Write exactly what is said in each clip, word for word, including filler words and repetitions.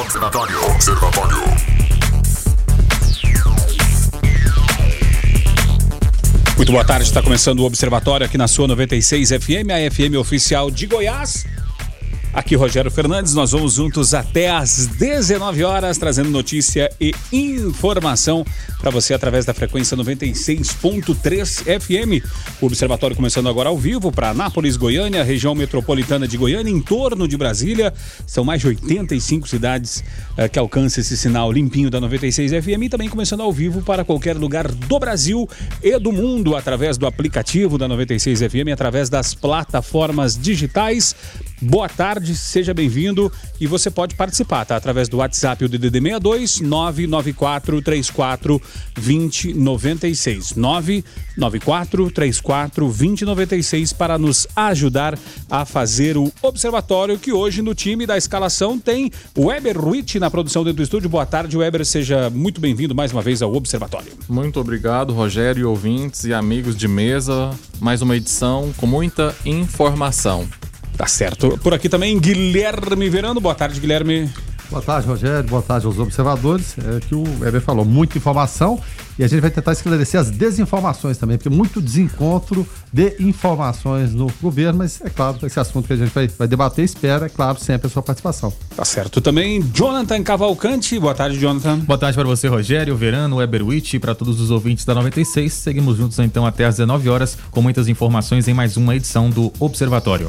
Observatório. Observatório. Muito boa tarde, está começando o Observatório aqui na sua noventa e seis F M, a F M oficial de Goiás. Aqui Rogério Fernandes, nós vamos juntos até às dezenove horas, trazendo notícia e informação para você através da frequência noventa e seis ponto três F M. O Observatório começando agora ao vivo para Anápolis, Goiânia, região metropolitana de Goiânia, em torno de Brasília. São mais de oitenta e cinco cidades eh, que alcançam esse sinal limpinho da noventa e seis F M e também começando ao vivo para qualquer lugar do Brasil e do mundo através do aplicativo da noventa e seis F M, através das plataformas digitais. Boa tarde, seja bem-vindo e você pode participar, tá? Através do WhatsApp, o D D D sessenta e dois, nove nove quatro três quatro dois zero nove seis, nove nove quatro três quatro dois zero nove seis, para nos ajudar a fazer o Observatório, que hoje no time da escalação tem o Weber Ruiz na produção dentro do estúdio. Boa tarde, Weber, seja muito bem-vindo mais uma vez ao Observatório. Muito obrigado, Rogério, ouvintes e amigos de mesa, mais uma edição com muita informação. Tá certo. Por aqui também, Guilherme Verano. Boa tarde, Guilherme. Boa tarde, Rogério. Boa tarde aos observadores. É que o Weber falou, muita informação e a gente vai tentar esclarecer as desinformações também, porque muito desencontro de informações no governo, mas é claro, esse assunto que a gente vai, vai debater, espera, é claro, sempre a sua participação. Tá certo. Também, Jonathan Cavalcante. Boa tarde, Jonathan. Boa tarde para você, Rogério, Verano, Weber Witt, para todos os ouvintes da noventa e seis. Seguimos juntos então até às dezenove horas com muitas informações em mais uma edição do Observatório.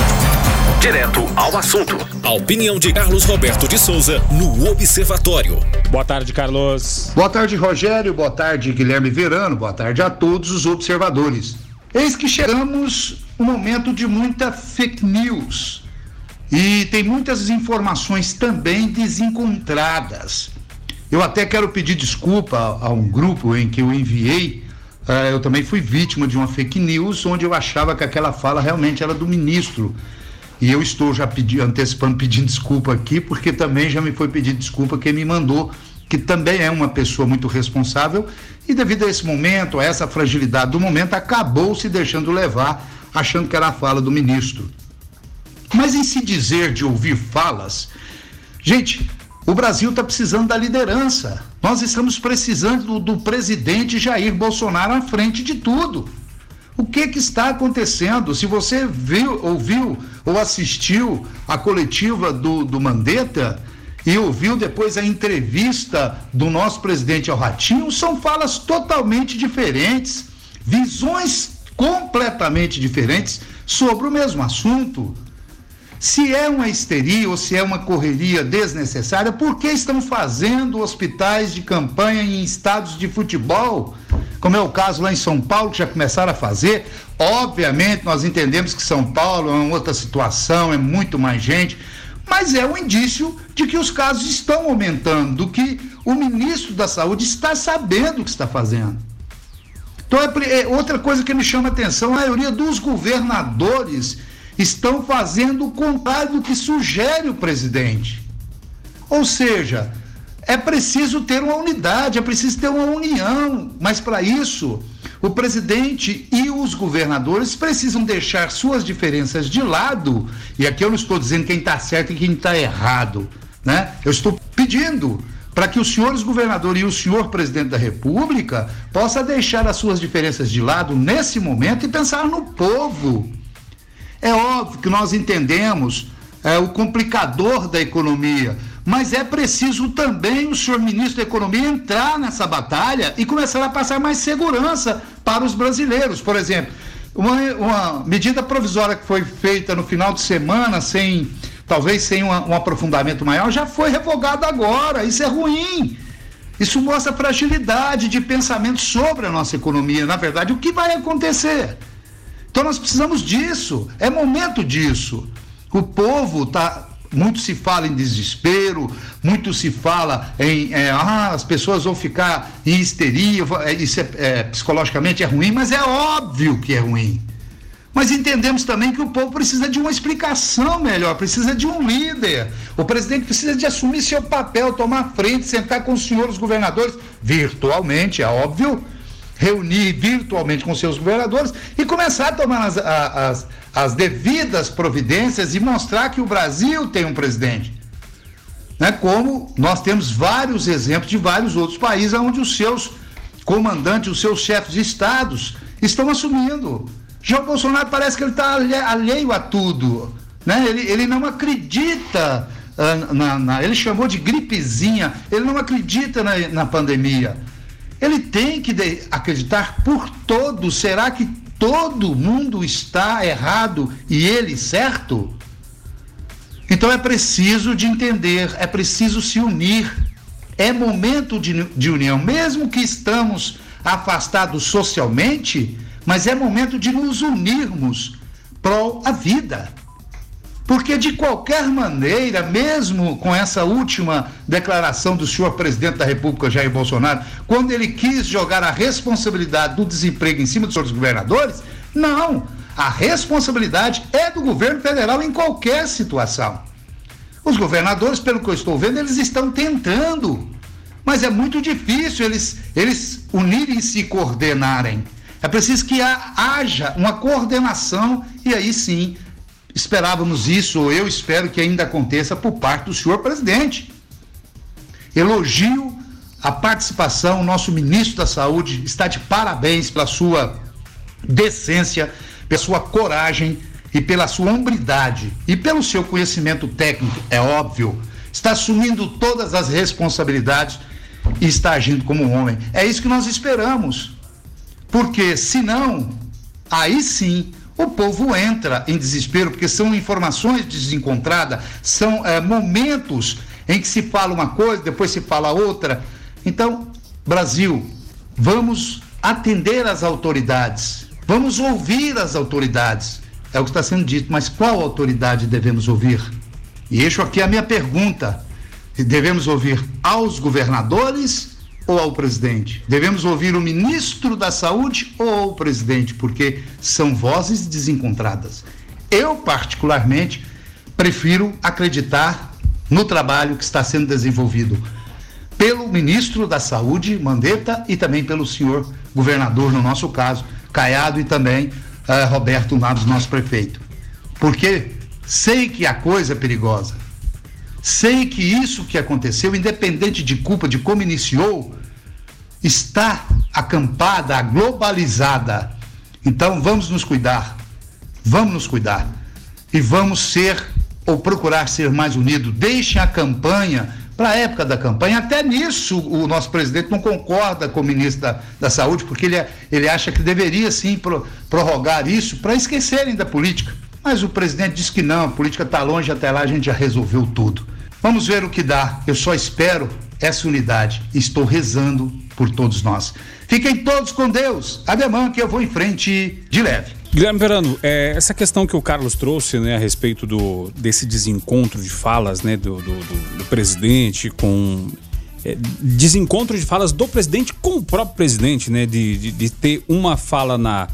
Direto ao assunto. A opinião de Carlos Roberto de Souza no Observatório. Boa tarde, Carlos. Boa tarde, Rogério. Boa tarde, Guilherme Verano. Boa tarde a todos os observadores. Eis que chegamos um momento de muita fake news. E tem muitas informações também desencontradas. Eu até quero pedir desculpa a, a um grupo em que eu enviei. Uh, eu também fui vítima de uma fake news, onde eu achava que aquela fala realmente era do ministro. E eu estou já pedi, antecipando, pedindo desculpa aqui, porque também já me foi pedido desculpa quem me mandou, que também é uma pessoa muito responsável, e devido a esse momento, a essa fragilidade do momento, acabou se deixando levar, achando que era a fala do ministro. Mas em se dizer de ouvir falas, gente, o Brasil está precisando da liderança. Nós estamos precisando do, do presidente Jair Bolsonaro à frente de tudo. O que que está acontecendo? Se você viu, ouviu ou assistiu a coletiva do, do Mandetta e ouviu depois a entrevista do nosso presidente ao Ratinho, são falas totalmente diferentes, visões completamente diferentes sobre o mesmo assunto. Se é uma histeria ou se é uma correria desnecessária, por que estão fazendo hospitais de campanha em estados de futebol? Como é o caso lá em São Paulo, que já começaram a fazer. Obviamente, nós entendemos que São Paulo é uma outra situação, é muito mais gente, mas é um indício de que os casos estão aumentando, do que o ministro da Saúde está sabendo o que está fazendo. Então, é, é outra coisa que me chama a atenção, a maioria dos governadores estão fazendo o contrário do que sugere o presidente. Ou seja, é preciso ter uma unidade, é preciso ter uma união, mas para isso o presidente e os governadores precisam deixar suas diferenças de lado, e aqui eu não estou dizendo quem está certo e quem está errado, né? Eu estou pedindo para que os senhores governadores e o senhor presidente da República possa deixar as suas diferenças de lado nesse momento e pensar no povo. É óbvio que nós entendemos é, o complicador da economia, mas é preciso também o senhor ministro da Economia entrar nessa batalha e começar a passar mais segurança para os brasileiros. Por exemplo, uma, uma medida provisória que foi feita no final de semana, sem, talvez sem uma, um aprofundamento maior, já foi revogada agora. Isso é ruim. Isso mostra fragilidade de pensamento sobre a nossa economia. Na verdade, o que vai acontecer? Então nós precisamos disso, é momento disso. O povo está, muito se fala em desespero, muito se fala em, é, ah, as pessoas vão ficar em histeria, isso é, é, psicologicamente é ruim, mas é óbvio que é ruim. Mas entendemos também que o povo precisa de uma explicação melhor, precisa de um líder. O presidente precisa de assumir seu papel, tomar frente, sentar com os senhores governadores, virtualmente, é óbvio, reunir virtualmente com seus governadores e começar a tomar as, as, as devidas providências e mostrar que o Brasil tem um presidente. né? Como nós temos vários exemplos de vários outros países onde os seus comandantes, os seus chefes de estados estão assumindo. Jair Bolsonaro parece que ele está alheio a tudo, né? Ele, ele não acredita, uh, na, na, ele chamou de gripezinha, ele não acredita na, na pandemia. Ele tem que de, acreditar por todos. Será que todo mundo está errado e ele certo? Então é preciso de entender, é preciso se unir. É momento de, de união, mesmo que estamos afastados socialmente, mas é momento de nos unirmos pró a vida. Porque de qualquer maneira, mesmo com essa última declaração do senhor presidente da República, Jair Bolsonaro, quando ele quis jogar a responsabilidade do desemprego em cima dos senhores governadores, não, a responsabilidade é do governo federal em qualquer situação. Os governadores, pelo que eu estou vendo, eles estão tentando, mas é muito difícil eles, eles unirem-se e coordenarem. É preciso que haja uma coordenação e aí sim, esperávamos isso, ou eu espero que ainda aconteça por parte do senhor presidente. Elogio a participação, o nosso ministro da Saúde está de parabéns pela sua decência, pela sua coragem e pela sua hombridade e pelo seu conhecimento técnico, é óbvio, está assumindo todas as responsabilidades e está agindo como um homem. É isso que nós esperamos, porque senão, aí sim, o povo entra em desespero, porque são informações desencontradas, são é, momentos em que se fala uma coisa, depois se fala outra. Então, Brasil, vamos atender às autoridades, vamos ouvir as autoridades. É o que está sendo dito, mas qual autoridade devemos ouvir? E deixo aqui a minha pergunta: devemos ouvir aos governadores ou ao presidente? Devemos ouvir o ministro da Saúde ou ao presidente? Porque são vozes desencontradas. Eu, particularmente, prefiro acreditar no trabalho que está sendo desenvolvido pelo ministro da Saúde, Mandetta, e também pelo senhor governador, no nosso caso, Caiado, e também uh, Roberto Naves, nosso prefeito. Porque sei que a coisa é perigosa. Sei que isso que aconteceu, independente de culpa, de como iniciou, está acampada, globalizada. Então vamos nos cuidar, vamos nos cuidar e vamos ser, ou procurar ser mais unidos. Deixem a campanha para a época da campanha. Até nisso o nosso presidente não concorda com o ministro da, da Saúde, porque ele, ele acha que deveria sim pro, prorrogar isso para esquecerem da política. Mas o presidente diz que não, a política está longe, até lá a gente já resolveu tudo. Vamos ver o que dá. Eu só espero essa unidade. Estou rezando por todos nós. Fiquem todos com Deus. Ademã que eu vou em frente de leve. Guilherme Verano, é, essa questão que o Carlos trouxe, né, a respeito do, desse desencontro de falas, né, do, do, do, do presidente com... É, desencontro de falas do presidente com o próprio presidente, né, de, de, de ter uma fala na...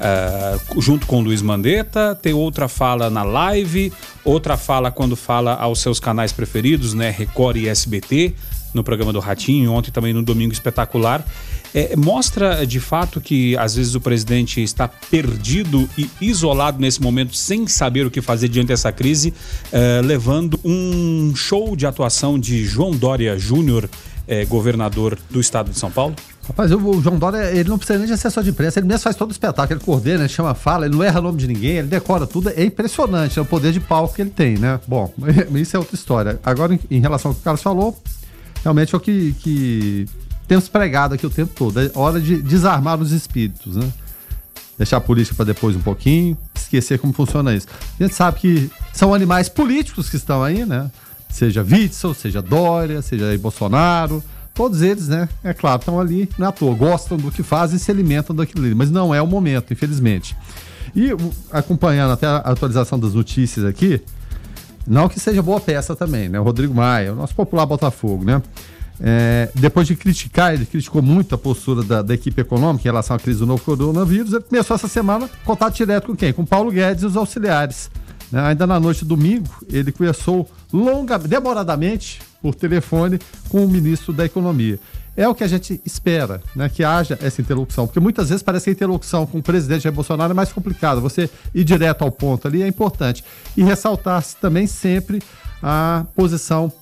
Uh, junto com o Luiz Mandetta, ter outra fala na live, outra fala quando fala aos seus canais preferidos, né, Record e S B T, no programa do Ratinho, ontem também no Domingo Espetacular. É, mostra de fato que às vezes o presidente está perdido e isolado nesse momento, sem saber o que fazer diante dessa crise, uh, levando um show de atuação de João Dória Júnior, eh, governador do estado de São Paulo? Rapaz, o João Dória, ele não precisa nem de assessor de imprensa, ele mesmo faz todo o espetáculo, ele coordena, ele chama fala, ele não erra nome de ninguém, ele decora tudo, é impressionante, é o poder de palco que ele tem, né? Bom, isso é outra história. Agora, em, em relação ao que o Carlos falou, realmente é o que, que temos pregado aqui o tempo todo, é hora de desarmar os espíritos, né? Deixar a política para depois um pouquinho, esquecer como funciona isso. A gente sabe que são animais políticos que estão aí, né? Seja Witzel, seja Dória, seja aí Bolsonaro... Todos eles, né, é claro, estão ali, não é à toa, gostam do que fazem e se alimentam daquilo ali, mas não é o momento, infelizmente. E acompanhando até a atualização das notícias aqui, não que seja boa peça também, né, o Rodrigo Maia, o nosso popular Botafogo, né, é, depois de criticar, ele criticou muito a postura da, da equipe econômica em relação à crise do novo coronavírus, ele começou essa semana contato direto com quem? Com Paulo Guedes e os auxiliares. Né? Ainda na noite de domingo, ele conversou longa, demoradamente por telefone com o ministro da Economia. É o que a gente espera, né? Que haja essa interlocução, porque muitas vezes parece que a interlocução com o presidente Jair Bolsonaro é mais complicada. Você ir direto ao ponto ali é importante. E ressaltar também sempre a posição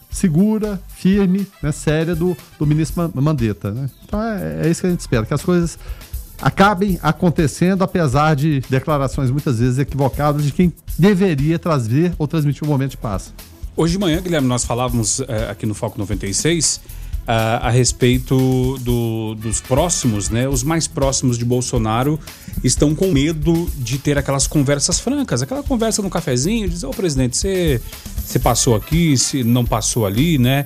segura, firme, né, séria do, do ministro Mandetta, né? Então é, é isso que a gente espera, que as coisas acabem acontecendo, apesar de declarações muitas vezes equivocadas de quem deveria trazer ou transmitir o momento de paz. Hoje de manhã, Guilherme, nós falávamos é, aqui no Foco noventa e seis a, a respeito do, dos próximos, né? Os mais próximos de Bolsonaro estão com medo de ter aquelas conversas francas, aquela conversa no cafezinho, dizer, ô presidente, você, você passou aqui, se não passou ali, né?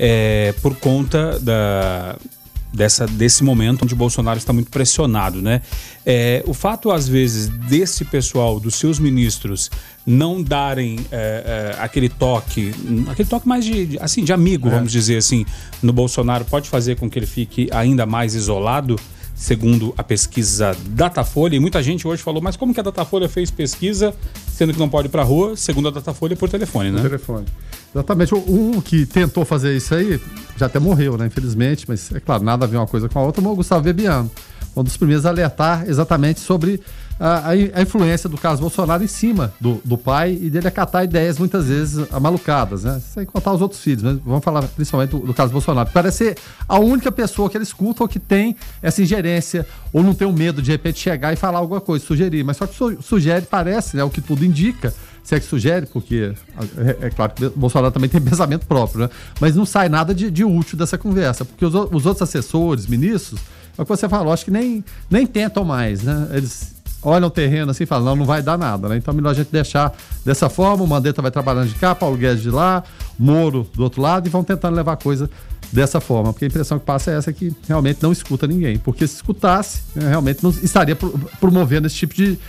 É, por conta da... Dessa, desse momento onde Bolsonaro está muito pressionado, né? É, o fato, às vezes, desse pessoal, dos seus ministros, não darem é, é, aquele toque, aquele toque mais de, de, assim, de amigo, é. vamos dizer assim, no Bolsonaro, pode fazer com que ele fique ainda mais isolado, segundo a pesquisa Datafolha. E muita gente hoje falou, mas como que a Datafolha fez pesquisa, sendo que não pode ir pra rua, segundo a Datafolha, por telefone, né? Por telefone. Exatamente. Um que tentou fazer isso aí, já até morreu, né? Infelizmente, mas é claro, nada a ver uma coisa com a outra, mas o Gustavo Bebiano, um dos primeiros a alertar exatamente sobre a, a influência do Carlos Bolsonaro em cima do, do pai e dele acatar ideias muitas vezes amalucadas, né? Sem contar os outros filhos, mas vamos falar principalmente do, do Carlos Bolsonaro. Parece ser a única pessoa que ele escuta ou que tem essa ingerência ou não tem o medo de, de repente chegar e falar alguma coisa, sugerir, mas só que su, sugere, parece, né? O que tudo indica, se é que sugere, porque é, é claro que o Bolsonaro também tem pensamento próprio, né? Mas não sai nada de, de útil dessa conversa, porque os, os outros assessores, ministros, é o que você falou, acho que nem, nem tentam mais, né? Eles olham o terreno assim e falam, não, não vai dar nada, né? Então é melhor a gente deixar dessa forma, o Mandetta vai trabalhando de cá, Paulo Guedes de lá, Moro do outro lado, e vão tentando levar a coisa dessa forma, porque a impressão que passa é essa, que realmente não escuta ninguém, porque se escutasse, né, realmente não estaria promovendo esse tipo de,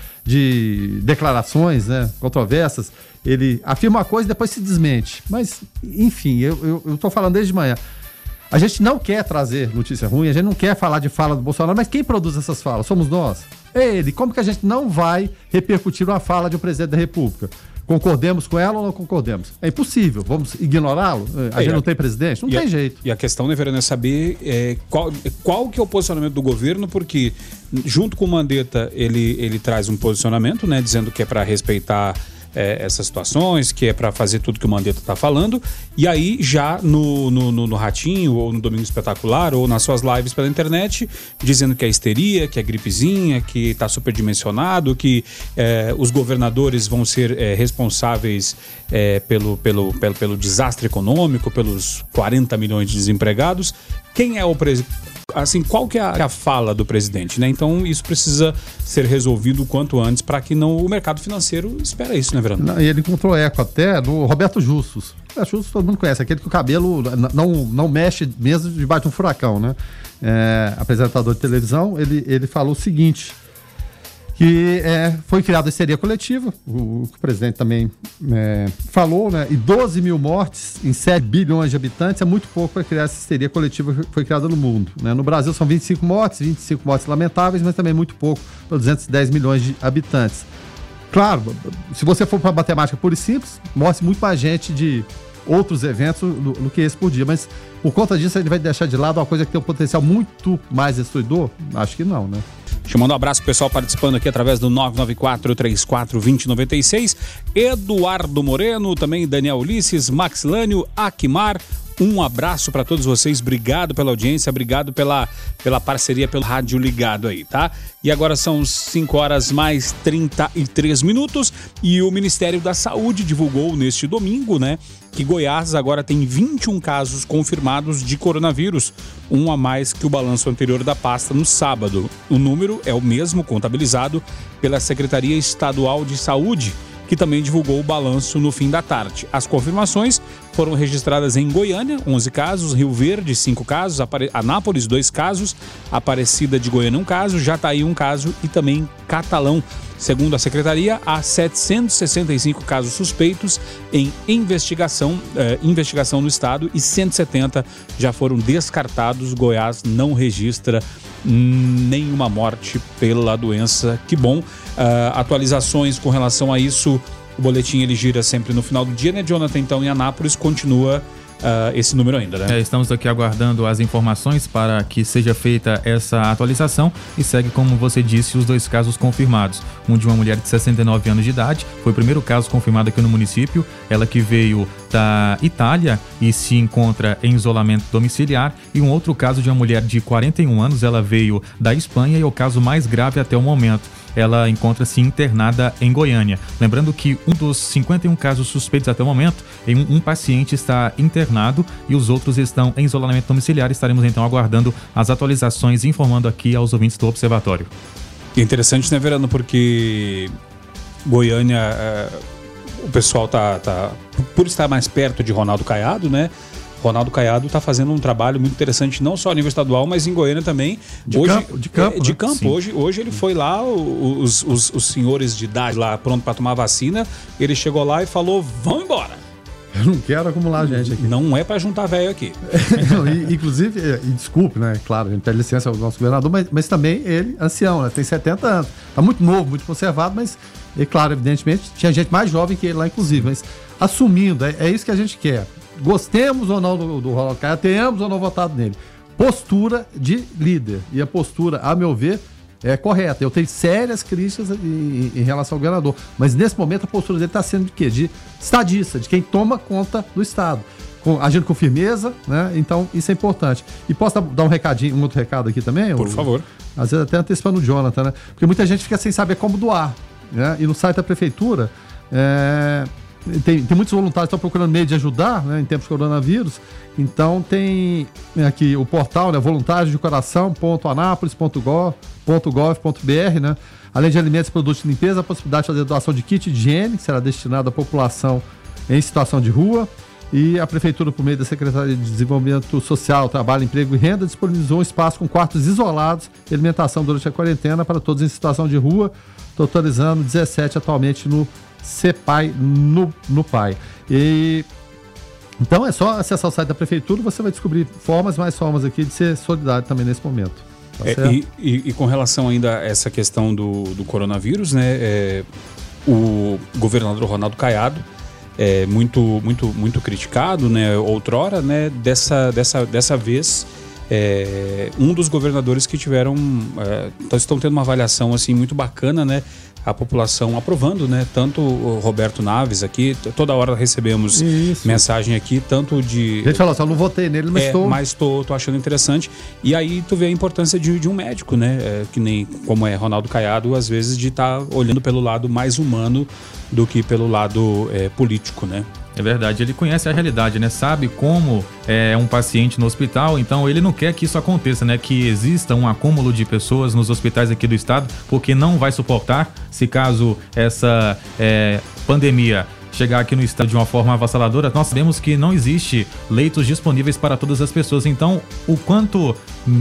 de declarações, né, controversas. Ele afirma uma coisa e depois se desmente, mas enfim, eu, eu, eu tô falando desde manhã. A gente não quer trazer notícia ruim, a gente não quer falar de fala do Bolsonaro, mas quem produz essas falas? Somos nós. É ele. Como que a gente não vai repercutir uma fala de um presidente da República? Concordemos com ela ou não concordemos? É impossível. Vamos ignorá-lo? A é, gente não tem presidente? Não tem a, jeito. E a questão, né, Verano, é saber é, qual, qual que é o posicionamento do governo, porque junto com o Mandetta ele, ele traz um posicionamento, né, dizendo que é para respeitar É, essas situações, que é para fazer tudo que o Mandetta está falando, e aí já no, no, no, no Ratinho, ou no Domingo Espetacular, ou nas suas lives pela internet, dizendo que é histeria, que é gripezinha, que está superdimensionado, que é, os governadores vão ser é, responsáveis é, pelo, pelo, pelo, pelo desastre econômico, pelos quarenta milhões de desempregados. Quem é o presidente? Assim, qual que é a, a fala do presidente, né? Então isso precisa ser resolvido o quanto antes para que não, o mercado financeiro espera isso, né, Verano? Não, e ele encontrou eco até no Roberto Justus. O Justus todo mundo conhece, aquele que o cabelo não, não mexe mesmo debaixo de um furacão, né? É, apresentador de televisão, ele, ele falou o seguinte, que é, foi criada a histeria coletiva, o, o presidente também é, falou, né? E doze mil mortes em sete bilhões de habitantes é muito pouco para criar essa histeria coletiva que foi criada no mundo, né? No Brasil são vinte e cinco mortes, vinte e cinco mortes lamentáveis, mas também muito pouco para duzentos e dez milhões de habitantes. Claro, se você for para matemática pura e simples, morre muito mais gente de outros eventos do, do que esse por dia, mas por conta disso ele vai deixar de lado uma coisa que tem um potencial muito mais destruidor? Acho que não, né? Chamando um abraço pro pessoal participando aqui através do nove nove quatro, três quatro, dois zero nove seis. Eduardo Moreno, também Daniel Ulisses, Max Lânio, Akimar. Um abraço para todos vocês, obrigado pela audiência, obrigado pela, pela parceria, pelo rádio ligado aí, tá? E agora são cinco horas mais trinta e três minutos e o Ministério da Saúde divulgou neste domingo, né, que Goiás agora tem vinte e um casos confirmados de coronavírus, um a mais que o balanço anterior da pasta no sábado. O número é o mesmo contabilizado pela Secretaria Estadual de Saúde, que também divulgou o balanço no fim da tarde. As confirmações foram registradas em Goiânia, onze casos, Rio Verde, cinco casos, Anápolis, dois casos, Aparecida de Goiânia, um caso, Jataí, um caso e também Catalão. Segundo a Secretaria, há setecentos e sessenta e cinco casos suspeitos em investigação, eh, investigação no estado e cento e setenta já foram descartados. Goiás não registra nenhuma morte pela doença. Que bom. Uh, atualizações com relação a isso, o boletim ele gira sempre no final do dia, né, Jonathan? Então, em Anápolis continua uh, esse número ainda, né? É, estamos aqui aguardando as informações para que seja feita essa atualização e segue, como você disse, os dois casos confirmados. Um de uma mulher de sessenta e nove anos de idade, foi o primeiro caso confirmado aqui no município, ela que veio da Itália e se encontra em isolamento domiciliar, e um outro caso de uma mulher de quarenta e um anos, ela veio da Espanha e é o caso mais grave até o momento. Ela encontra-se internada em Goiânia. Lembrando que um dos cinquenta e um casos suspeitos até o momento, um, um paciente está internado e os outros estão em isolamento domiciliar. Estaremos então aguardando as atualizações, informando aqui aos ouvintes do Observatório. E é interessante, né, Verano, porque Goiânia, é, o pessoal tá, tá, por estar mais perto de Ronaldo Caiado, né? Ronaldo Caiado está fazendo um trabalho muito interessante, não só a nível estadual, mas em Goiânia também. De hoje, campo, de campo. É, de né? campo. Hoje, hoje ele foi lá, os, os, os senhores de idade lá pronto para tomar vacina, ele chegou lá e falou, vamos embora. Eu não quero acumular gente aqui. Não é para juntar velho aqui. Não, e, inclusive, e desculpe, né? Claro, a gente pede licença ao nosso governador, mas, mas também ele, ancião, né? Tem setenta anos. Tá muito novo, muito conservado, mas, é claro, evidentemente, tinha gente mais jovem que ele lá, inclusive. Mas assumindo, é, é isso que a gente quer. Gostemos ou não do, do Ronaldo Caiado, tenhamos ou não votado nele. Postura de líder. E a postura, a meu ver, é correta. Eu tenho sérias críticas em, em relação ao governador. Mas nesse momento a postura dele está sendo de quê? De estadista, de quem toma conta do Estado. Com, agindo com firmeza, né? Então isso é importante. E posso dar um recadinho, um outro recado aqui também? Por ou, favor. Às vezes até antecipando o Jonathan, né? Porque muita gente fica sem saber como doar. Né? E no site da prefeitura... É... Tem, tem muitos voluntários que estão procurando meio de ajudar, né, em tempos de coronavírus. Então tem aqui o portal, né, voluntários de coração ponto anápolis ponto gov ponto br, né? Além de alimentos e produtos de limpeza, a possibilidade de fazer doação de kit de higiene, que será destinado à população em situação de rua. E a Prefeitura, por meio da Secretaria de Desenvolvimento Social, Trabalho, Emprego e Renda, disponibilizou um espaço com quartos isolados e alimentação durante a quarentena para todos em situação de rua, totalizando dezessete atualmente no CEPAI, no, no P A I. E, então é só acessar o site da Prefeitura, você vai descobrir formas, mais formas aqui de ser solidário também nesse momento. Tá é, e, e, e com relação ainda a essa questão do, do coronavírus, né, é, o governador Ronaldo Caiado é muito, muito, muito criticado, né, outrora, né, dessa, dessa, dessa vez é, um dos governadores que tiveram, é, estão tendo uma avaliação assim muito bacana, né, a população aprovando, né? Tanto o Roberto Naves aqui, toda hora recebemos Isso. mensagem aqui, tanto de... A gente falou, só não votei nele, mas estou... É, mas tô, tô achando interessante. E aí tu vê a importância de, de um médico, né? É, que nem como é Ronaldo Caiado, às vezes de estar tá olhando pelo lado mais humano do que pelo lado é, político, né? É verdade, ele conhece a realidade, né? Sabe como é um paciente no hospital, então ele não quer que isso aconteça, né? Que exista um acúmulo de pessoas nos hospitais aqui do estado, porque não vai suportar se caso essa é, pandemia chegar aqui no estado de uma forma avassaladora. Nós sabemos que não existe leitos disponíveis para todas as pessoas, então o quanto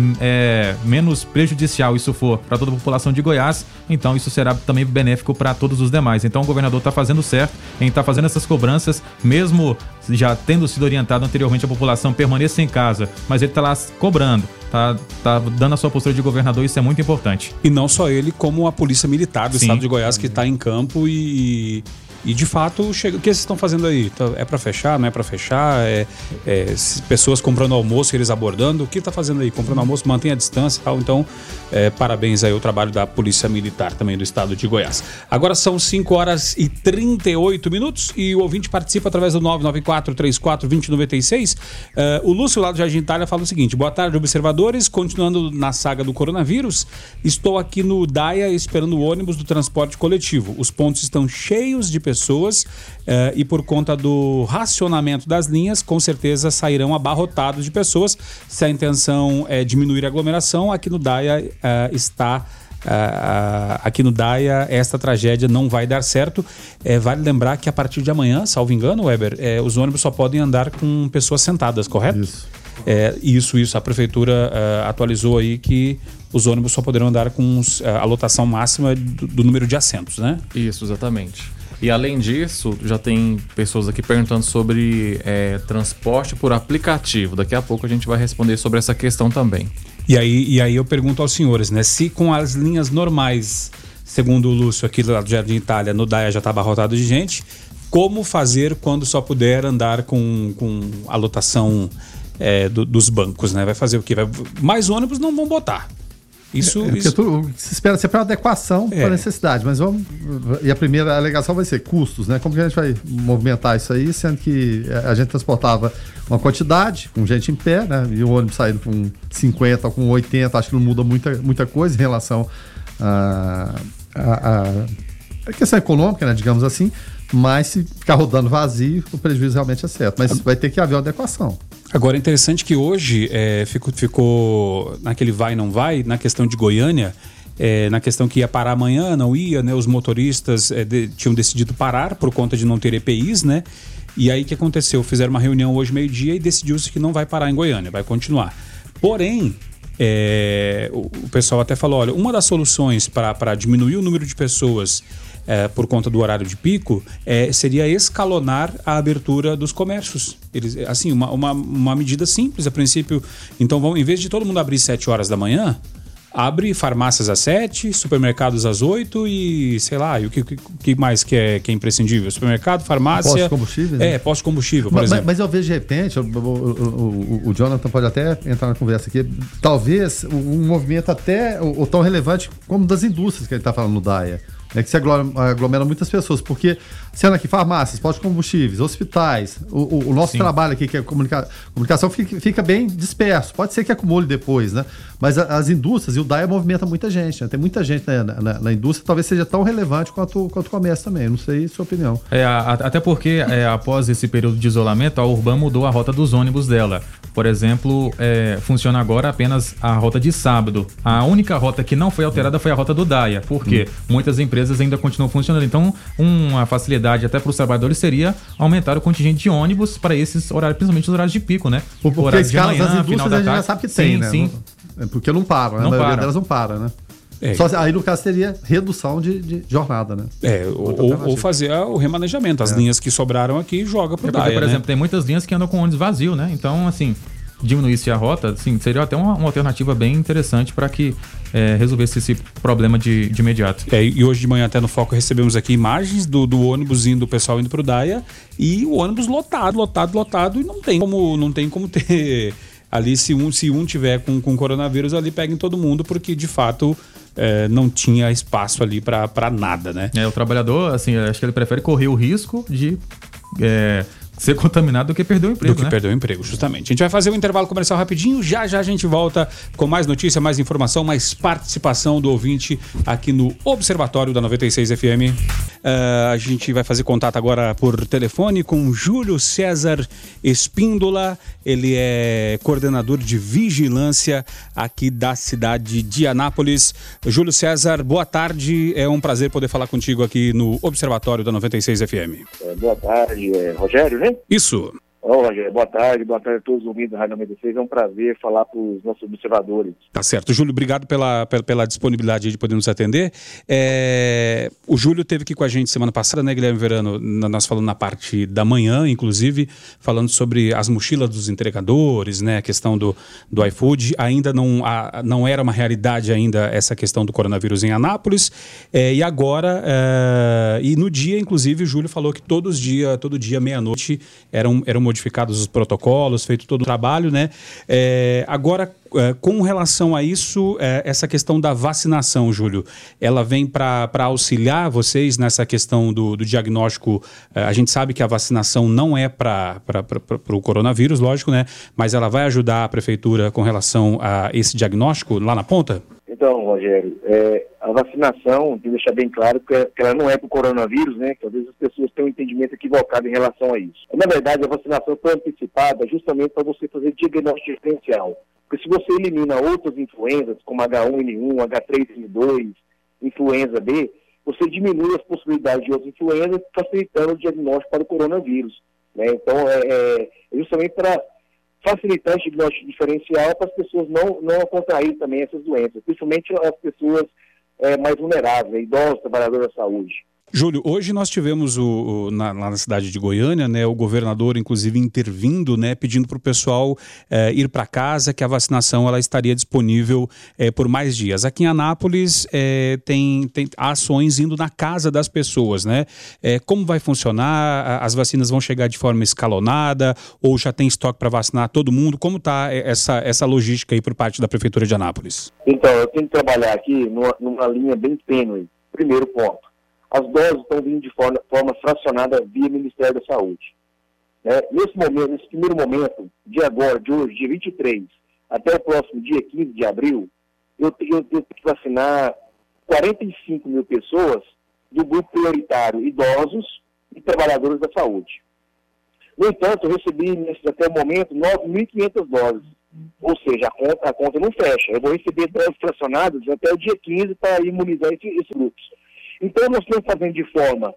é, menos prejudicial isso for para toda a população de Goiás, então isso será também benéfico para todos os demais. Então o governador está fazendo certo em estar tá fazendo essas cobranças, mesmo já tendo sido orientado anteriormente a população permaneça em casa, mas ele está lá cobrando, tá, tá dando a sua postura de governador, isso é muito importante. E não só ele, como a Polícia Militar do Sim. estado de Goiás, que está em campo e... E de fato, chega... o que vocês estão fazendo aí? É para fechar, não é para fechar? É, é, pessoas comprando almoço e eles abordando? O que está fazendo aí? Comprando almoço, mantém a distância e tal. Então, é, parabéns aí ao trabalho da Polícia Militar também do estado de Goiás. Agora são cinco horas e trinta e oito minutos e o ouvinte participa através do nove nove quatro, três quatro, dois zero nove seis. Uh, o Lúcio, lá do Jardim Itália, fala o seguinte: boa tarde, observadores. Continuando na saga do coronavírus, estou aqui no Daia esperando o ônibus do transporte coletivo. Os pontos estão cheios de pessoas uh, e por conta do racionamento das linhas, com certeza sairão abarrotados de pessoas. Se a intenção é diminuir a aglomeração, aqui no Daia uh, está... Uh, aqui no Daia esta tragédia não vai dar certo. É, vale lembrar que a partir de amanhã, salvo engano, Weber, é, os ônibus só podem andar com pessoas sentadas, correto? Isso. É, isso, isso. A prefeitura uh, atualizou aí que os ônibus só poderão andar com os, uh, a lotação máxima do, do número de assentos, né? Isso, exatamente. E além disso, já tem pessoas aqui perguntando sobre é, transporte por aplicativo. Daqui a pouco a gente vai responder sobre essa questão também. E aí, e aí eu pergunto aos senhores, né? Se com as linhas normais, segundo o Lúcio aqui lá do Jardim Itália, no Daia já está abarrotado de gente, como fazer quando só puder andar com, com a lotação é, do, dos bancos, né? Vai fazer o quê? Vai, mais ônibus não vão botar. Isso, é, isso... Tu, o que se espera sempre é uma adequação é. para a necessidade, mas vamos. E a primeira alegação vai ser custos, né? Como que a gente vai movimentar isso aí, sendo que a gente transportava uma quantidade, com gente em pé, né? E o ônibus saindo com cinquenta, com oitenta, acho que não muda muita, muita coisa em relação a, a, a, a questão econômica, né? Digamos assim. Mas se ficar rodando vazio, o prejuízo realmente é certo. Mas vai ter que haver uma adequação. Agora, é interessante que hoje é, ficou, ficou naquele vai não vai, na questão de Goiânia, é, na questão que ia parar amanhã, não ia, né? Os motoristas é, de, tinham decidido parar por conta de não ter E P Is, né? E aí o que aconteceu? Fizeram uma reunião hoje meio-dia e decidiu-se que não vai parar em Goiânia, vai continuar. Porém, é, o, o pessoal até falou, olha, uma das soluções para diminuir o número de pessoas É, por conta do horário de pico, é, seria escalonar a abertura dos comércios. Eles, assim, uma, uma, uma medida simples a princípio. Então, vamos, em vez de todo mundo abrir sete horas da manhã, abre farmácias às sete, supermercados às oito e, sei lá, e o que, que, que mais que é, que é imprescindível? Supermercado, farmácia... Posto de combustível? É, posto de combustível, por mas, exemplo. Mas eu vejo de repente, o, o, o, o Jonathan pode até entrar na conversa aqui, talvez um movimento até o, o tão relevante como das indústrias que ele está falando no D A I A. É que se aglomera muitas pessoas, porque sendo aqui farmácias, postos de combustíveis, hospitais, o, o, o nosso Sim. trabalho aqui, que é comunica, comunicação, fica, fica bem disperso. Pode ser que acumule depois, né? Mas a, as indústrias e o D A I A movimenta muita gente, né? Tem muita gente né, na, na, na indústria, talvez seja tão relevante quanto, quanto o comércio também. Eu não sei a sua opinião. É, a, até porque é, após esse período de isolamento, a Urban mudou a rota dos ônibus dela. Por exemplo, é, funciona agora apenas a rota de sábado. A única rota que não foi alterada foi a rota do D A I A, porque hum. muitas empresas ainda continuam funcionando. Então, uma facilidade até para os trabalhadores seria aumentar o contingente de ônibus para esses horários, principalmente os horários de pico, né? Porque horários de manhã, das final da tarde. A gente já sabe que tem, sim, né? Sim. Porque não param, né? Não A maioria para. delas não para, né? É. Só, aí, no caso, seria redução de, de jornada, né? É, ou, ou fazer o remanejamento. As é. linhas que sobraram aqui, joga pro é D A I A, por né? exemplo, tem muitas linhas que andam com ônibus vazio, né? Então, assim, diminuísse a rota, assim, seria até uma, uma alternativa bem interessante para que é, resolvesse esse problema de, de imediato. É, e hoje de manhã até no Foco recebemos aqui imagens do, do ônibus indo, o pessoal indo pro D A I A e o ônibus lotado, lotado, lotado e não tem como, não tem como ter ali se um, se um tiver com, com coronavírus ali pega em todo mundo porque de fato é, não tinha espaço ali para nada, né? É, o trabalhador, assim, acho que ele prefere correr o risco de... É, ser contaminado do que perder o emprego, Do que né? perder o emprego, justamente. A gente vai fazer um intervalo comercial rapidinho, já já a gente volta com mais notícia, mais informação, mais participação do ouvinte aqui no Observatório da noventa e seis F M. Uh, a gente vai fazer contato agora por telefone com Júlio César Espíndola, ele é coordenador de vigilância aqui da cidade de Anápolis. Júlio César, boa tarde, é um prazer poder falar contigo aqui no Observatório da noventa e seis F M. É, boa tarde, é, Rogério, né? Isso. Olá, Rogério, boa tarde, boa tarde a todos os ouvintes da Rádio noventa e seis, é um prazer falar para os nossos observadores. Tá certo. Júlio, obrigado pela, pela, pela disponibilidade de poder nos atender. É, o Júlio esteve aqui com a gente semana passada, né, Guilherme Verano? Nós falando na parte da manhã, inclusive, falando sobre as mochilas dos entregadores, né, a questão do, do iFood. Ainda não, a, não era uma realidade ainda essa questão do coronavírus em Anápolis. É, e agora, é, e no dia, inclusive, o Júlio falou que todos os dias, todo dia, meia-noite, eram, eram modificados os protocolos, feito todo o trabalho, né? É, agora, é, com relação a isso, é, essa questão da vacinação, Júlio, ela vem para auxiliar vocês nessa questão do, do diagnóstico. É, a gente sabe que a vacinação não é para o coronavírus, lógico, né? Mas ela vai ajudar a prefeitura com relação a esse diagnóstico lá na ponta? Então, Rogério, é, a vacinação, tem que deixar bem claro que, que ela não é para o coronavírus, né? Que às vezes as pessoas têm um entendimento equivocado em relação a isso. Na verdade, a vacinação foi antecipada justamente para você fazer diagnóstico diferencial. Porque se você elimina outras influenzas, como H um N um, H três N dois, influenza B, você diminui as possibilidades de outras influenzas, facilitando o diagnóstico para o coronavírus, né? Então, é, é justamente para facilitar esse diagnóstico diferencial para as pessoas não, não contraírem também essas doenças, principalmente as pessoas é, mais vulneráveis, né, idosos, trabalhadores da saúde. Júlio, hoje nós tivemos o, o, na, lá na cidade de Goiânia, né, o governador inclusive intervindo, né, pedindo para o pessoal eh, ir para casa, que a vacinação ela estaria disponível eh, por mais dias. Aqui em Anápolis eh, tem, tem ações indo na casa das pessoas, né? Eh, como vai funcionar? As vacinas vão chegar de forma escalonada ou já tem estoque para vacinar todo mundo? Como está essa, essa logística aí por parte da Prefeitura de Anápolis? Então, eu tenho que trabalhar aqui numa, numa linha bem tênue. Primeiro ponto. As doses estão vindo de forma, forma fracionada via Ministério da Saúde. Né? Nesse momento, nesse primeiro momento, de agora, de hoje, dia vinte e três, até o próximo dia quinze de abril, eu, eu, eu tenho que vacinar quarenta e cinco mil pessoas do grupo prioritário, idosos e trabalhadores da saúde. No entanto, eu recebi, nesse, até o momento, nove mil e quinhentas doses. Ou seja, a conta, a conta não fecha. Eu vou receber doses fracionadas até o dia quinze para imunizar esse, esses grupos. Então, nós estamos fazendo de forma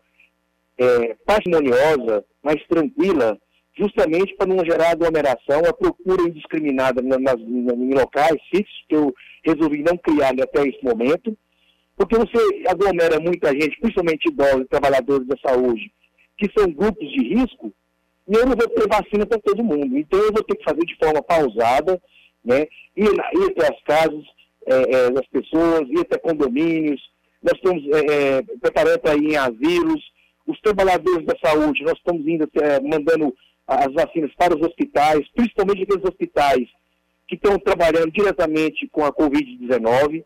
é, parcimoniosa, mais tranquila, justamente para não gerar aglomeração, a procura indiscriminada nas, nas, em locais fixos, que eu resolvi não criar até esse momento, porque você aglomera muita gente, principalmente idosos e trabalhadores da saúde, que são grupos de risco, e eu não vou ter vacina para todo mundo. Então, eu vou ter que fazer de forma pausada, né, ir, ir até as casas é, é, das pessoas, ir até condomínios. Nós estamos é, preparando para ir em asilos, os trabalhadores da saúde, nós estamos indo, é, mandando as vacinas para os hospitais, principalmente aqueles hospitais que estão trabalhando diretamente com a covid dezenove.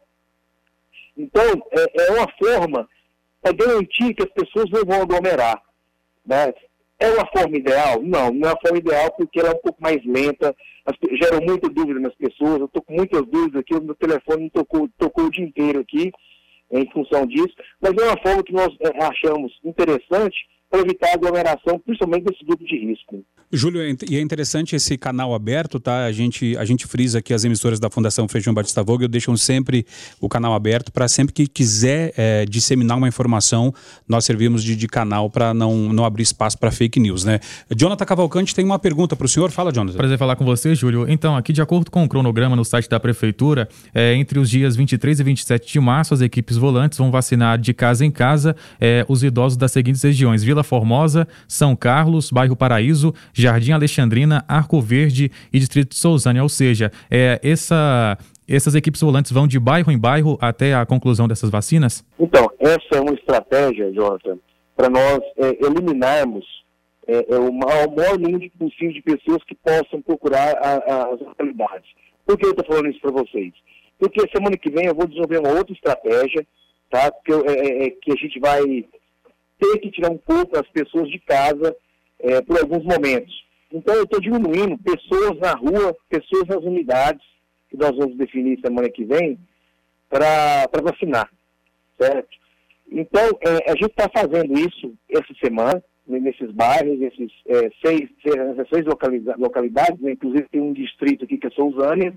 Então, é, é uma forma para garantir que as pessoas não vão aglomerar. Né? É uma forma ideal? Não, não é uma forma ideal porque ela é um pouco mais lenta, as, gera muita dúvida nas pessoas, eu estou com muitas dúvidas aqui, o meu telefone não tocou, tocou o dia inteiro aqui, em função disso, mas é uma forma que nós é, achamos interessante para evitar a aglomeração, principalmente desse grupo de risco. Júlio, e é interessante esse canal aberto, tá? A gente, a gente frisa aqui as emissoras da Fundação Frei João Batista Vogel, deixam sempre o canal aberto para sempre que quiser é, disseminar uma informação, nós servimos de, de canal para não, não abrir espaço para fake news, né? Jonathan Cavalcante tem uma pergunta para o senhor. Fala, Jonathan. Prazer falar com você, Júlio. Então, aqui de acordo com o cronograma no site da Prefeitura, é, entre os dias vinte e três e vinte e sete de março, as equipes volantes vão vacinar de casa em casa é, os idosos das seguintes regiões: Vila Formosa, São Carlos, Bairro Paraíso, Jardim Alexandrina, Arco Verde e Distrito de Sousânia. Ou seja, é, essa, essas equipes volantes vão de bairro em bairro até a conclusão dessas vacinas? Então, essa é uma estratégia, Jonathan, para nós é, eliminarmos é, é, o maior, o maior número possível de pessoas que possam procurar a, a, as localidades. Por que eu estou falando isso para vocês? Porque semana que vem eu vou desenvolver uma outra estratégia, tá? Porque eu, é, é, que a gente vai ter que tirar um pouco as pessoas de casa é, por alguns momentos. Então, eu estou diminuindo pessoas na rua, pessoas nas unidades, que nós vamos definir semana que vem, para vacinar, certo? Então, é, a gente está fazendo isso essa semana, nesses bairros, nesses é, seis, seis, seis localidades, localidades né? Inclusive tem um distrito aqui que é Sousânia,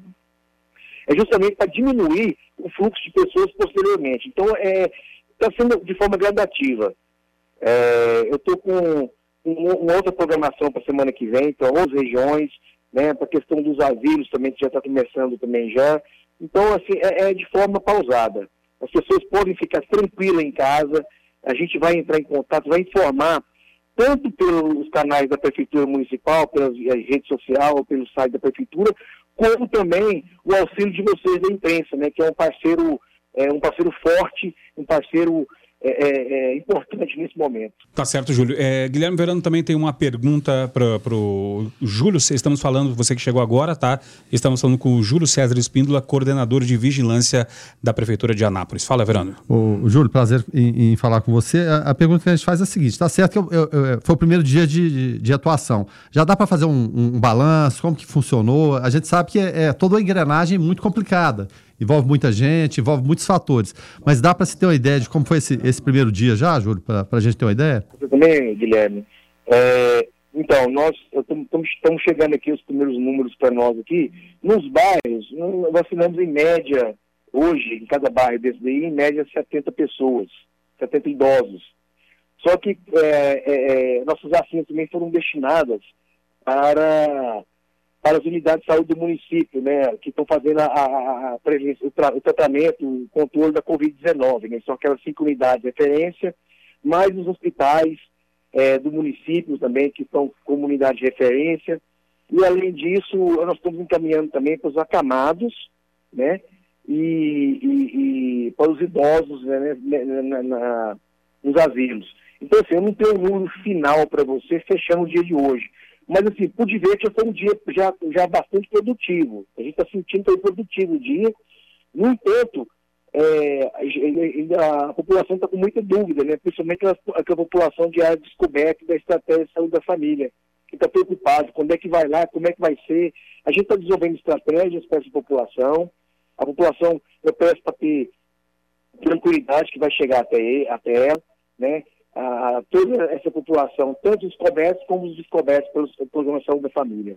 é justamente para diminuir o fluxo de pessoas posteriormente. Então, está sendo de forma gradativa. É, eu estou com uma outra programação para a semana que vem, para outras regiões, né, para a questão dos asilos também, que já está começando também já. Então, assim, é, é de forma pausada. As pessoas podem ficar tranquilas em casa, a gente vai entrar em contato, vai informar, tanto pelos canais da Prefeitura Municipal, pelas redes sociais, ou pelo site da Prefeitura, como também o auxílio de vocês da imprensa, né, que é um parceiro, é, um parceiro forte, um parceiro É, é, é importante nesse momento. Tá certo, Júlio. É, Guilherme Verano também tem uma pergunta para o Júlio. Estamos falando, você que chegou agora, tá? Estamos falando com o Júlio César Espíndola, coordenador de vigilância da Prefeitura de Anápolis. Fala, Verano. Ô, Júlio, prazer em, em falar com você. A, a pergunta que a gente faz é a seguinte: tá certo que eu, eu, eu, foi o primeiro dia de, de, de atuação. Já dá para fazer um, um, um balanço, como que funcionou? A gente sabe que é, é toda uma engrenagem muito complicada. Envolve muita gente, envolve muitos fatores. Mas dá para se ter uma ideia de como foi esse, esse primeiro dia já, Júlio, para a gente ter uma ideia? Você também, Guilherme. É, então, nós estamos chegando aqui os primeiros números para nós aqui. Nos bairros, nós vacinamos em média, hoje, em cada bairro desse daí, em média setenta pessoas, setenta idosos. Só que é, é, nossas vacinas também foram destinadas para... para as unidades de saúde do município, né, que estão fazendo a, a, a prevenção, o, tra, o tratamento, o controle da covid dezenove, né, são aquelas cinco unidades de referência, mais os hospitais é, do município também, que são comunidade de referência. E, além disso, nós estamos encaminhando também para os acamados, né? E, e, e para os idosos, né? na, na, na, nos asilos. Então, assim, eu não tenho um número final para você fechando o dia de hoje. Mas, assim, pude ver que foi um dia já, já bastante produtivo. A gente está sentindo que foi produtivo o dia. No entanto, é, a, a população está com muita dúvida, né? Principalmente a, a, a população de área descoberta da estratégia de saúde da família, que está preocupado, quando é que vai lá, como é que vai ser. A gente está desenvolvendo estratégias para essa população. A população, eu peço para ter tranquilidade que vai chegar até, até ela, né? A, toda essa população, tanto os cobertos como os descobertos pelos programas de saúde da família.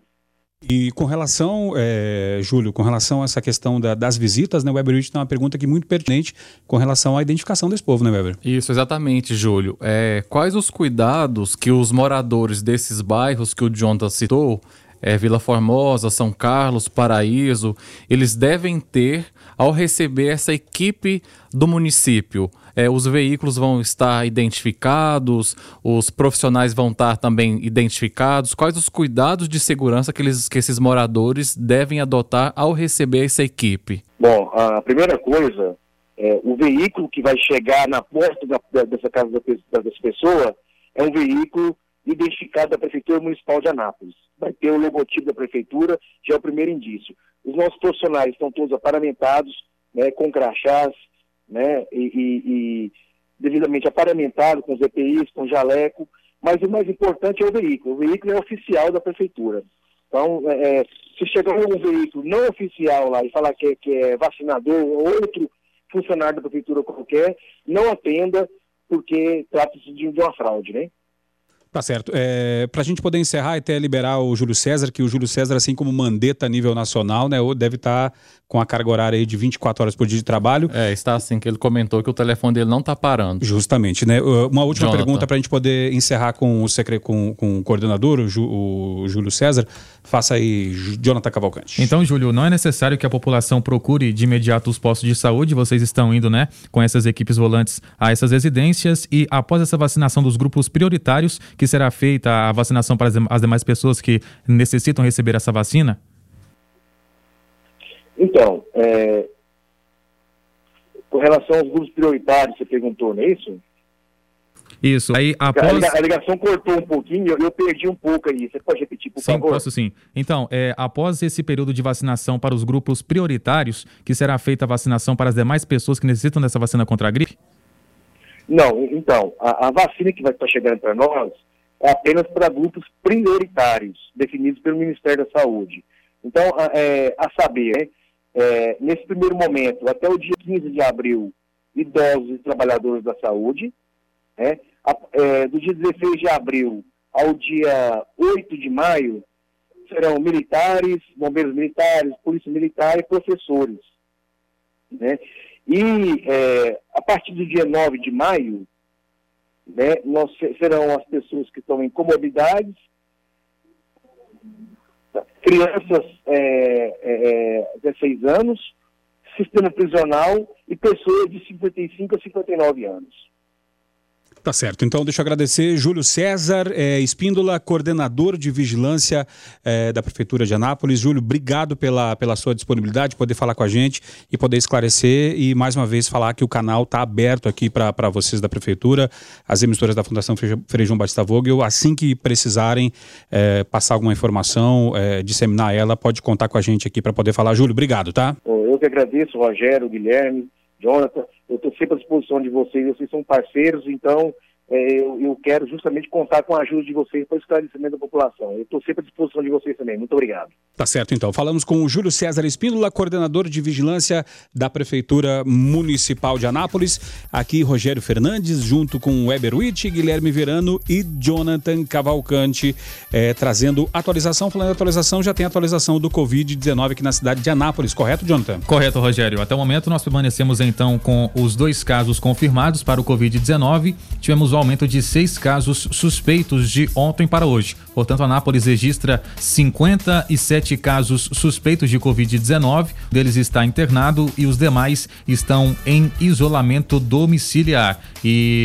E com relação, é, Júlio, com relação a essa questão da, das visitas, né, o Weber Witt tem uma pergunta aqui muito pertinente com relação à identificação desse povo, né, Weber? Isso, exatamente, Júlio. É, quais os cuidados que os moradores desses bairros que o Jonathan citou, é, Vila Formosa, São Carlos, Paraíso, eles devem ter ao receber essa equipe do município? É, os veículos vão estar identificados, os profissionais vão estar também identificados. Quais os cuidados de segurança que, eles, que esses moradores devem adotar ao receber essa equipe? Bom, a primeira coisa, é, o veículo que vai chegar na porta da, da, dessa casa da, dessa pessoa é um veículo identificado da Prefeitura Municipal de Anápolis. Vai ter o logotipo da Prefeitura, já é o primeiro indício. Os nossos profissionais estão todos aparamentados, né, com crachás, né, e, e, e devidamente aparamentados com os E P Is, com jaleco, mas o mais importante é o veículo. O veículo é oficial da Prefeitura. Então, é, se chegar um veículo não oficial lá e falar que, que é vacinador ou outro funcionário da Prefeitura qualquer, não atenda, porque trata-se de, de uma fraude, né? Tá certo. É, para a gente poder encerrar e até liberar o Júlio César, que o Júlio César, assim como mandeta a nível nacional, né, deve estar com a carga horária aí de vinte e quatro horas por dia de trabalho. É, está assim, que ele comentou que o telefone dele não está parando. Justamente, né? Uma última Jonathan. pergunta para a gente poder encerrar com o, secre... com, com o coordenador, o, Ju... o Júlio César. Faça aí, Jonathan Cavalcante. Então, Júlio, não é necessário que a população procure de imediato os postos de saúde. Vocês estão indo, né, com essas equipes volantes a essas residências e após essa vacinação dos grupos prioritários, que será feita a vacinação para as demais pessoas que necessitam receber essa vacina? Então, é, com relação aos grupos prioritários, você perguntou, não é isso? Isso, aí após... A ligação cortou um pouquinho, eu, eu perdi um pouco aí, você pode repetir, por sim, favor? Sim, posso sim. Então, é, após esse período de vacinação para os grupos prioritários, que será feita a vacinação para as demais pessoas que necessitam dessa vacina contra a gripe? Não, então, a, a vacina que vai estar chegando para nós é apenas para grupos prioritários, definidos pelo Ministério da Saúde. Então, a, é, a saber, né, é, nesse primeiro momento, até o dia quinze de abril, idosos e trabalhadores da saúde, né, a, é, do dia dezesseis de abril ao dia oito de maio, serão militares, bombeiros militares, polícia militar e professores, né? E é, a partir do dia nove de maio, né, nós serão as pessoas que estão em comorbidades, crianças é, é, dezesseis anos, sistema prisional e pessoas de cinquenta e cinco a cinquenta e nove anos. Tá certo. Então, deixa eu agradecer Júlio César é, Espíndola, coordenador de vigilância é, da Prefeitura de Anápolis. Júlio, obrigado pela, pela sua disponibilidade, poder falar com a gente e poder esclarecer e, mais uma vez, falar que o canal está aberto aqui para vocês da Prefeitura, as emissoras da Fundação Frei João Batista Vogel. Assim que precisarem é, passar alguma informação, é, disseminar ela, pode contar com a gente aqui para poder falar. Júlio, obrigado, tá? Eu que agradeço, Rogério, Guilherme, Jonathan, eu estou sempre à disposição de vocês, vocês são parceiros, então é, eu, eu quero justamente contar com a ajuda de vocês para o esclarecimento da população. Eu estou sempre à disposição de vocês também. Muito obrigado. Tá certo, então. Falamos com o Júlio César Espíndola, coordenador de vigilância da Prefeitura Municipal de Anápolis. Aqui, Rogério Fernandes, junto com Weber Witt, Guilherme Verano e Jonathan Cavalcante, é, trazendo atualização. Falando em atualização, já tem atualização do covid dezenove aqui na cidade de Anápolis. Correto, Jonathan? Correto, Rogério. Até o momento, nós permanecemos, então, com os dois casos confirmados para o covid dezenove. Tivemos o aumento de seis casos suspeitos de ontem para hoje. Portanto, Anápolis registra cinquenta e sete casos suspeitos de covid dezenove, um deles está internado e os demais estão em isolamento domiciliar. E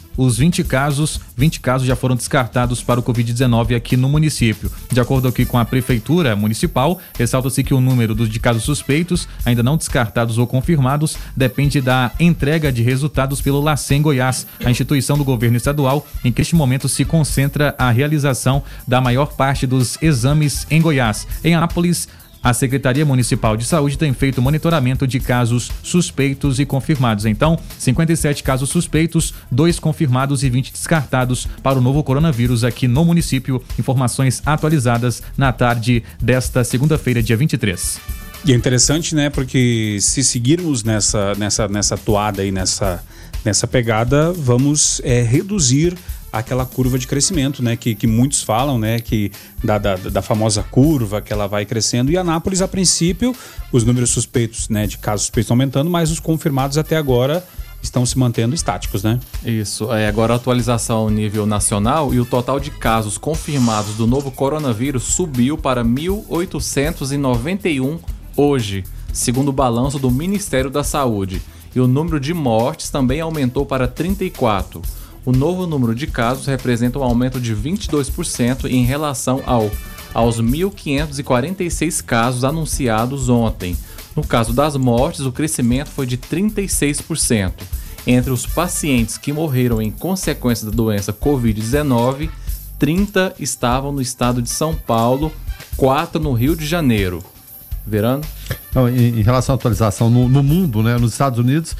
os vinte casos, vinte casos já foram descartados para o covid dezenove aqui no município. De acordo aqui com a Prefeitura Municipal, ressalta-se que o número dos de casos suspeitos, ainda não descartados ou confirmados, depende da entrega de resultados pelo LACEN Goiás, a instituição do governo estadual, em que neste momento se concentra a realização da maior parte dos exames em Goiás. Em Anápolis, a Secretaria Municipal de Saúde tem feito monitoramento de casos suspeitos e confirmados. Então, cinquenta e sete casos suspeitos, dois confirmados e vinte descartados para o novo coronavírus aqui no município. Informações atualizadas na tarde desta segunda-feira, dia vinte e três. E é interessante, né? Porque se seguirmos nessa, nessa, nessa toada aí, nessa, nessa pegada, vamos é, reduzir aquela curva de crescimento, né, que, que muitos falam, né, que da, da, da famosa curva que ela vai crescendo, e Anápolis, a princípio, os números suspeitos, né, de casos suspeitos aumentando, mas os confirmados até agora estão se mantendo estáticos, né? Isso, é, agora a atualização ao nível nacional e o total de casos confirmados do novo coronavírus subiu para mil oitocentos e noventa e um hoje, segundo o balanço do Ministério da Saúde, e o número de mortes também aumentou para trinta e quatro. O novo número de casos representa um aumento de vinte e dois por cento em relação ao, aos mil quinhentos e quarenta e seis casos anunciados ontem. No caso das mortes, o crescimento foi de trinta e seis por cento. Entre os pacientes que morreram em consequência da doença covid dezenove, trinta estavam no estado de São Paulo, quatro no Rio de Janeiro. Verano? Então, em, em relação à atualização no, no mundo, né, nos Estados Unidos,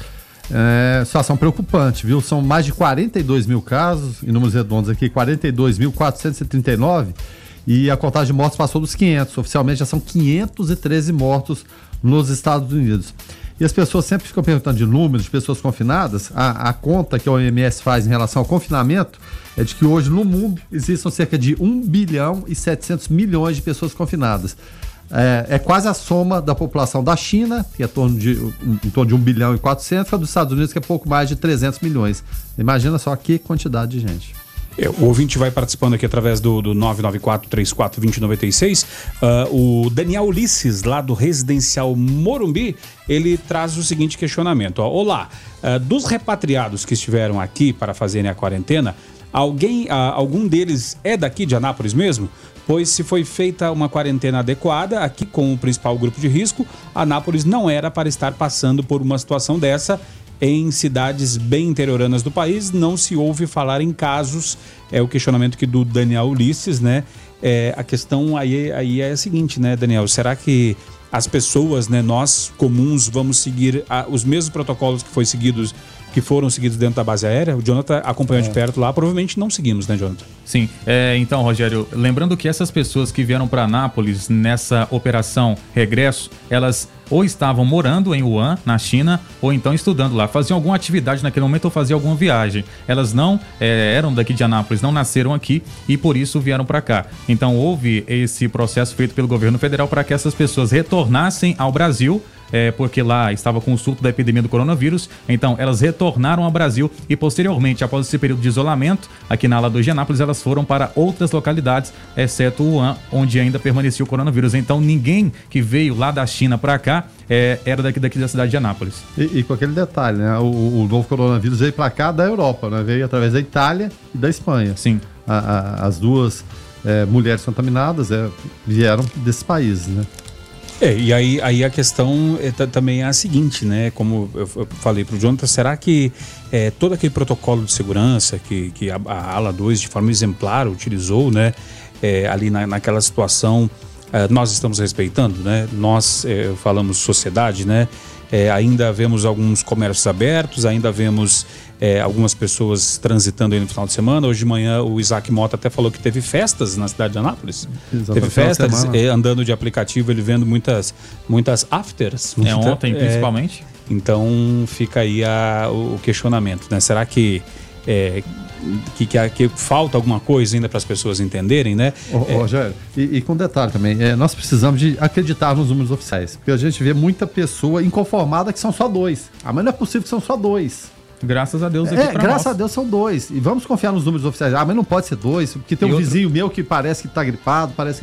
É, situação preocupante, viu? São mais de quarenta e dois mil casos, em números redondos aqui, quarenta e dois mil quatrocentos e trinta e nove, e a contagem de mortos passou dos quinhentos. Oficialmente já são quinhentos e treze mortos nos Estados Unidos. E as pessoas sempre ficam perguntando de números de pessoas confinadas. A, a conta que a O M S faz em relação ao confinamento é de que hoje no mundo existem cerca de um bilhão e setecentos milhões de pessoas confinadas. É, é quase a soma da população da China, que é em torno de, em torno de um bilhão e quatrocentos, e a dos Estados Unidos, que é pouco mais de trezentos milhões. Imagina só que quantidade de gente. É, o ouvinte vai participando aqui através do, do nove nove quatro, três quatro, dois zero nove seis. Uh, o Daniel Ulisses, lá do Residencial Morumbi, ele traz o seguinte questionamento. Ó, Olá, uh, dos repatriados que estiveram aqui para fazerem a quarentena, alguém, uh, algum deles é daqui de Anápolis mesmo? Pois se foi feita uma quarentena adequada, aqui com o principal grupo de risco, Anápolis não era para estar passando por uma situação dessa. Em cidades bem interioranas do país, não se ouve falar em casos. É o questionamento que do Daniel Ulisses, né? É, a questão aí, aí é a seguinte, né, Daniel? Será que as pessoas, né, nós comuns, vamos seguir a, os mesmos protocolos que, foi seguidos, que foram seguidos dentro da base aérea? O Jonathan acompanhou é. de perto lá, provavelmente não seguimos, né, Jonathan? Sim, é, então, Rogério, lembrando que essas pessoas que vieram para Anápolis nessa operação regresso, elas ou estavam morando em Wuhan, na China, ou então estudando lá, faziam alguma atividade naquele momento ou faziam alguma viagem. Elas não é, eram daqui de Anápolis, não nasceram aqui e por isso vieram para cá. Então houve esse processo feito pelo governo federal para que essas pessoas retornassem ao Brasil, É, porque lá estava com o surto da epidemia do coronavírus, então elas retornaram ao Brasil e posteriormente, após esse período de isolamento, aqui na ala dois de Anápolis, elas foram para outras localidades, exceto Wuhan, onde ainda permanecia o coronavírus. Então ninguém que veio lá da China para cá é, era daqui, daqui da cidade de Anápolis. E, e com aquele detalhe, né? O, o novo coronavírus veio para cá da Europa, né? Veio através da Itália e da Espanha. Sim. A, a, as duas é, mulheres contaminadas é, vieram desses países, né? É, e aí, aí a questão é, t- também é a seguinte, né? Como eu, eu falei para o Jonathan, será que é, todo aquele protocolo de segurança que, que a, a ala dois de forma exemplar utilizou, né? É, ali na, naquela situação, é, nós estamos respeitando, né? Nós é, falamos sociedade, né? É, ainda vemos alguns comércios abertos, ainda vemos é, algumas pessoas transitando aí no final de semana. Hoje de manhã o Isaac Mota até falou que teve festas na cidade de Anápolis. Exato, teve festas, é, andando de aplicativo, ele vendo muitas, muitas afters. É, muita, ontem, é, principalmente. Então fica aí a, o questionamento, né? Será que... É, que, que, que falta alguma coisa ainda para as pessoas entenderem, né? Ô, é... Rogério, e, e com detalhe também, é, nós precisamos de acreditar nos números oficiais, porque a gente vê muita pessoa inconformada que são só dois. Ah, mas não é possível que são só dois. Graças a Deus aqui é, pra graças nós. a Deus são dois. E vamos confiar nos números oficiais. Ah, mas não pode ser dois, porque tem e um outro... vizinho meu que parece que tá gripado, parece que...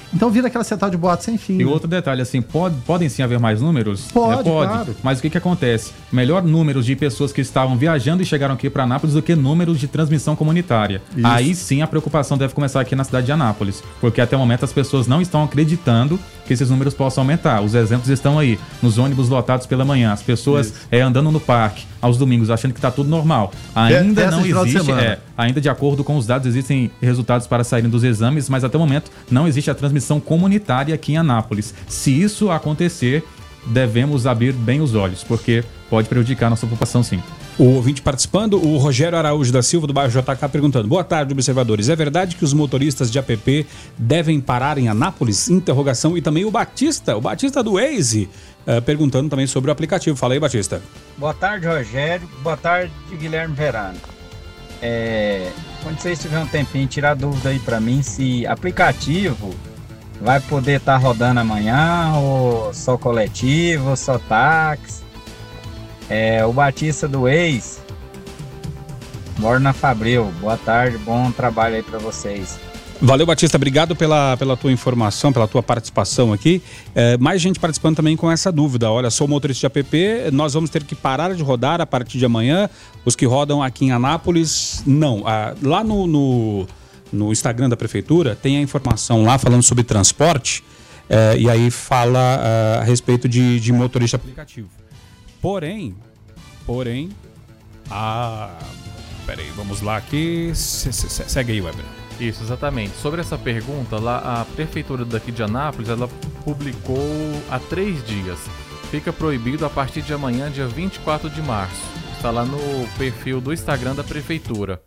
Então vira aquela central de boatos sem fim. E outro detalhe, assim, pode, podem sim haver mais números? Pode, é, pode. Claro. Mas o que que acontece? Melhor números de pessoas que estavam viajando e chegaram aqui para Anápolis do que números de transmissão comunitária. Isso. Aí sim a preocupação deve começar aqui na cidade de Anápolis, porque até o momento as pessoas não estão acreditando que esses números possam aumentar. Os exemplos estão aí, nos ônibus lotados pela manhã, as pessoas é, andando no parque aos domingos, achando que está tudo normal. Ainda é, não existe, é, ainda de acordo com os dados, existem resultados para saírem dos exames, mas até o momento não existe a transmissão comunitária aqui em Anápolis. Se isso acontecer, devemos abrir bem os olhos, porque pode prejudicar a nossa população, sim. O ouvinte participando, o Rogério Araújo da Silva, do bairro J K, perguntando: boa tarde, observadores. É verdade que os motoristas de app devem parar em Anápolis? Interrogação. E também o Batista, o Batista do Waze, uh, perguntando também sobre o aplicativo. Fala aí, Batista. Boa tarde, Rogério. Boa tarde, Guilherme Verano. É, quando vocês tiverem um tempinho, tirar dúvida aí pra mim se aplicativo vai poder estar tá rodando amanhã, ou só coletivo, ou só táxi. É, o Batista do Waze, moro na Fabril. Boa tarde, bom trabalho aí para vocês. Valeu, Batista, obrigado pela, pela tua informação, pela tua participação aqui. É, mais gente participando também com essa dúvida. Olha, sou motorista de app, nós vamos ter que parar de rodar a partir de amanhã. Os que rodam aqui em Anápolis, não. Ah, lá no, no, no Instagram da Prefeitura tem a informação lá falando sobre transporte, é, e aí fala ah, a respeito de, de motorista aplicativo. Porém, porém, ah, peraí, vamos lá aqui, se, se, se, segue aí, Weber. Isso, exatamente. Sobre essa pergunta, lá a prefeitura daqui de Anápolis, ela publicou há três dias. Fica proibido a partir de amanhã, dia vinte e quatro de março. Está lá no perfil do Instagram da prefeitura.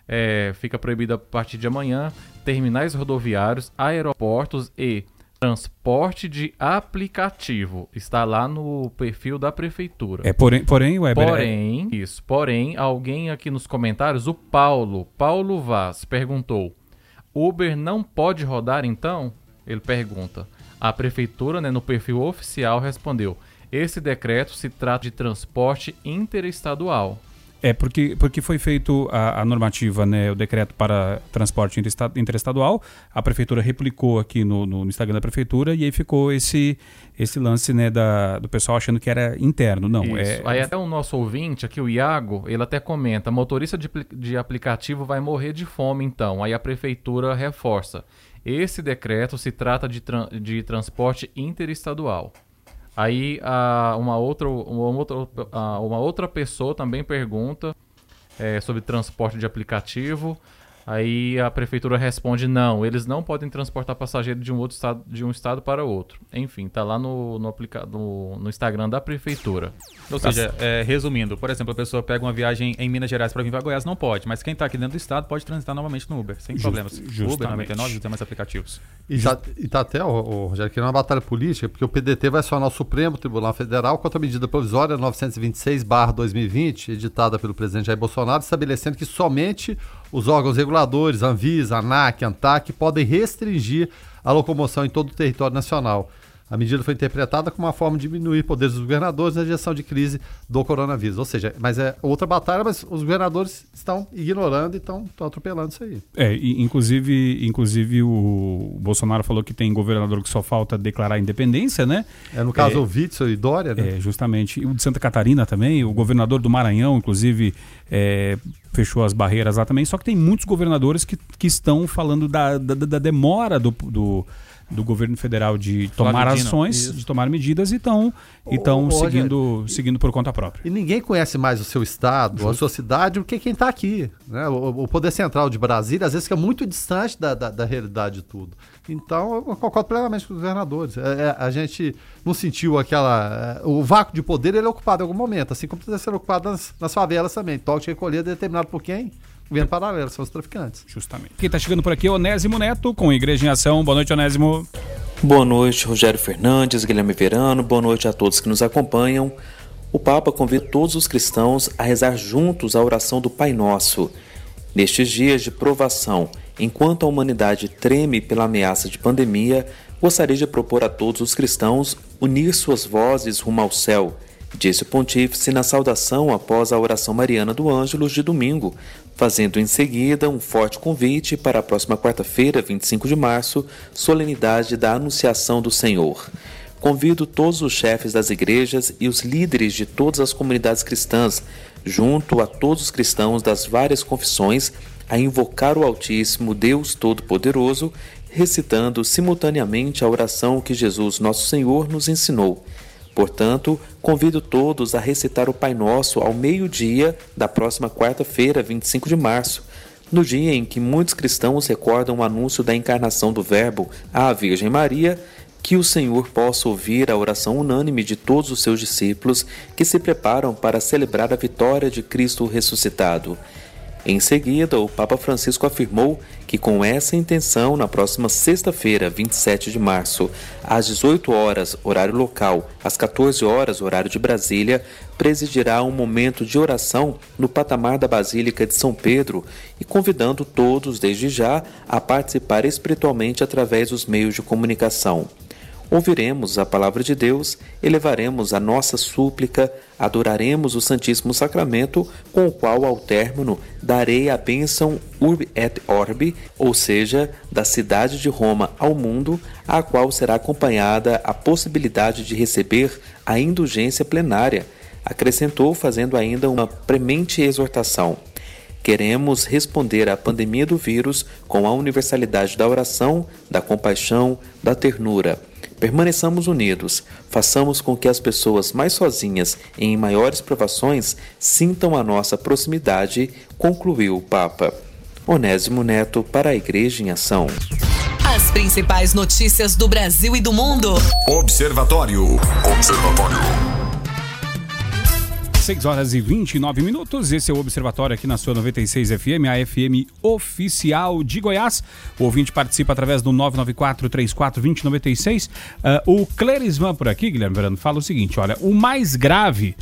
É, fica proibido a partir de amanhã terminais rodoviários, aeroportos e transporte de aplicativo. Está lá no perfil da prefeitura. É, porém, porém, Weber... Porém, é... isso. Porém, alguém aqui nos comentários, o Paulo, Paulo Vaz, perguntou: Uber não pode rodar então? Ele pergunta. A prefeitura, né, no perfil oficial, respondeu: esse decreto se trata de transporte interestadual. É, porque, porque foi feito a, a normativa, né, o decreto para transporte interestadual, a prefeitura replicou aqui no, no Instagram da prefeitura e aí ficou esse, esse lance, né, da, do pessoal achando que era interno. Não, Isso. é... Aí até o nosso ouvinte aqui, o Iago, ele até comenta: motorista de, de aplicativo vai morrer de fome então. Aí a prefeitura reforça: esse decreto se trata de, tra- de transporte interestadual. Aí a, uma, outra, uma, outra, a, uma outra pessoa também pergunta é, sobre transporte de aplicativo. Aí a prefeitura responde: não, eles não podem transportar passageiro de um outro estado, de um estado para outro. Enfim, tá lá no, no, aplica, no, no Instagram da prefeitura. Ou seja, é, resumindo, por exemplo, a pessoa pega uma viagem em Minas Gerais para vir para Goiás, não pode, mas quem está aqui dentro do estado pode transitar novamente no Uber, sem Just, problemas. Justamente. Uber, noventa e nove, os demais aplicativos. E tá, e tá até, o Rogério, que é uma batalha política, porque o P D T vai acionar o Supremo Tribunal Federal contra a medida provisória novecentos e vinte e seis barra dois mil e vinte, editada pelo presidente Jair Bolsonaro, estabelecendo que somente os órgãos reguladores, Anvisa, ANAC, ANTAC, podem restringir a locomoção em todo o território nacional. A medida foi interpretada como uma forma de diminuir poderes dos governadores na gestão de crise do coronavírus. Ou seja, mas é outra batalha, mas os governadores estão ignorando e estão, estão atropelando isso aí. É, e, inclusive, inclusive o Bolsonaro falou que tem governador que só falta declarar a independência, né? É, no caso é, o Witzel e Dória, né? É, justamente. E o de Santa Catarina também, o governador do Maranhão, inclusive, é, fechou as barreiras lá também. Só que tem muitos governadores que, que estão falando da, da, da demora do... do do governo federal de tomar ações, isso. de tomar medidas e estão seguindo, seguindo por conta própria. E ninguém conhece mais o seu estado, Justo. a sua cidade, do que quem está aqui. Né? O, o poder central de Brasília, às vezes, fica muito distante da, da, da realidade de tudo. Então, eu concordo plenamente com os governadores. É, é, a gente não sentiu aquela... É, o vácuo de poder, ele é ocupado em algum momento, assim como está sendo ocupado nas, nas favelas também. Toque de recolher é determinado por quem? Governo paralelo, são os traficantes. Justamente. Quem está chegando por aqui é Onésimo Neto, com Igreja em Ação. Boa noite, Onésimo. Boa noite, Rogério Fernandes, Guilherme Verano. Boa noite a todos que nos acompanham. O Papa convida todos os cristãos a rezar juntos a oração do Pai Nosso. Nestes dias de provação, enquanto a humanidade treme pela ameaça de pandemia, gostaria de propor a todos os cristãos unir suas vozes rumo ao céu, disse o pontífice na saudação após a oração mariana do Ângelus de domingo, fazendo em seguida um forte convite para a próxima quarta-feira, vinte e cinco de março, solenidade da Anunciação do Senhor. Convido todos os chefes das igrejas e os líderes de todas as comunidades cristãs, junto a todos os cristãos das várias confissões, a invocar o Altíssimo Deus Todo-Poderoso, recitando simultaneamente a oração que Jesus, nosso Senhor, nos ensinou. Portanto, convido todos a recitar o Pai Nosso ao meio-dia da próxima quarta-feira, vinte e cinco de março, no dia em que muitos cristãos recordam o anúncio da encarnação do Verbo à Virgem Maria, que o Senhor possa ouvir a oração unânime de todos os seus discípulos que se preparam para celebrar a vitória de Cristo ressuscitado. Em seguida, o Papa Francisco afirmou que com essa intenção, na próxima sexta-feira, vinte e sete de março, às dezoito horas, horário local, às quatorze horas, horário de Brasília, presidirá um momento de oração no patamar da Basílica de São Pedro e convidando todos, desde já, a participar espiritualmente através dos meios de comunicação. Ouviremos a palavra de Deus, elevaremos a nossa súplica, adoraremos o Santíssimo Sacramento, com o qual, ao término, darei a bênção Urbi et Orbi, ou seja, da cidade de Roma ao mundo, a qual será acompanhada a possibilidade de receber a indulgência plenária, acrescentou, fazendo ainda uma premente exortação. Queremos responder à pandemia do vírus com a universalidade da oração, da compaixão, da ternura. Permaneçamos unidos, façamos com que as pessoas mais sozinhas e em maiores provações sintam a nossa proximidade, concluiu o Papa. Onésimo Neto para a Igreja em Ação. As principais notícias do Brasil e do mundo. Observatório. Observatório. seis horas e vinte e nove minutos, esse é o Observatório aqui na sua noventa e seis F M, a F M oficial de Goiás. O ouvinte participa através do nove nove quatro, três quatro dois zero nove seis. Uh, o Clerisman por aqui, Guilherme Verano, fala o seguinte, olha, o mais grave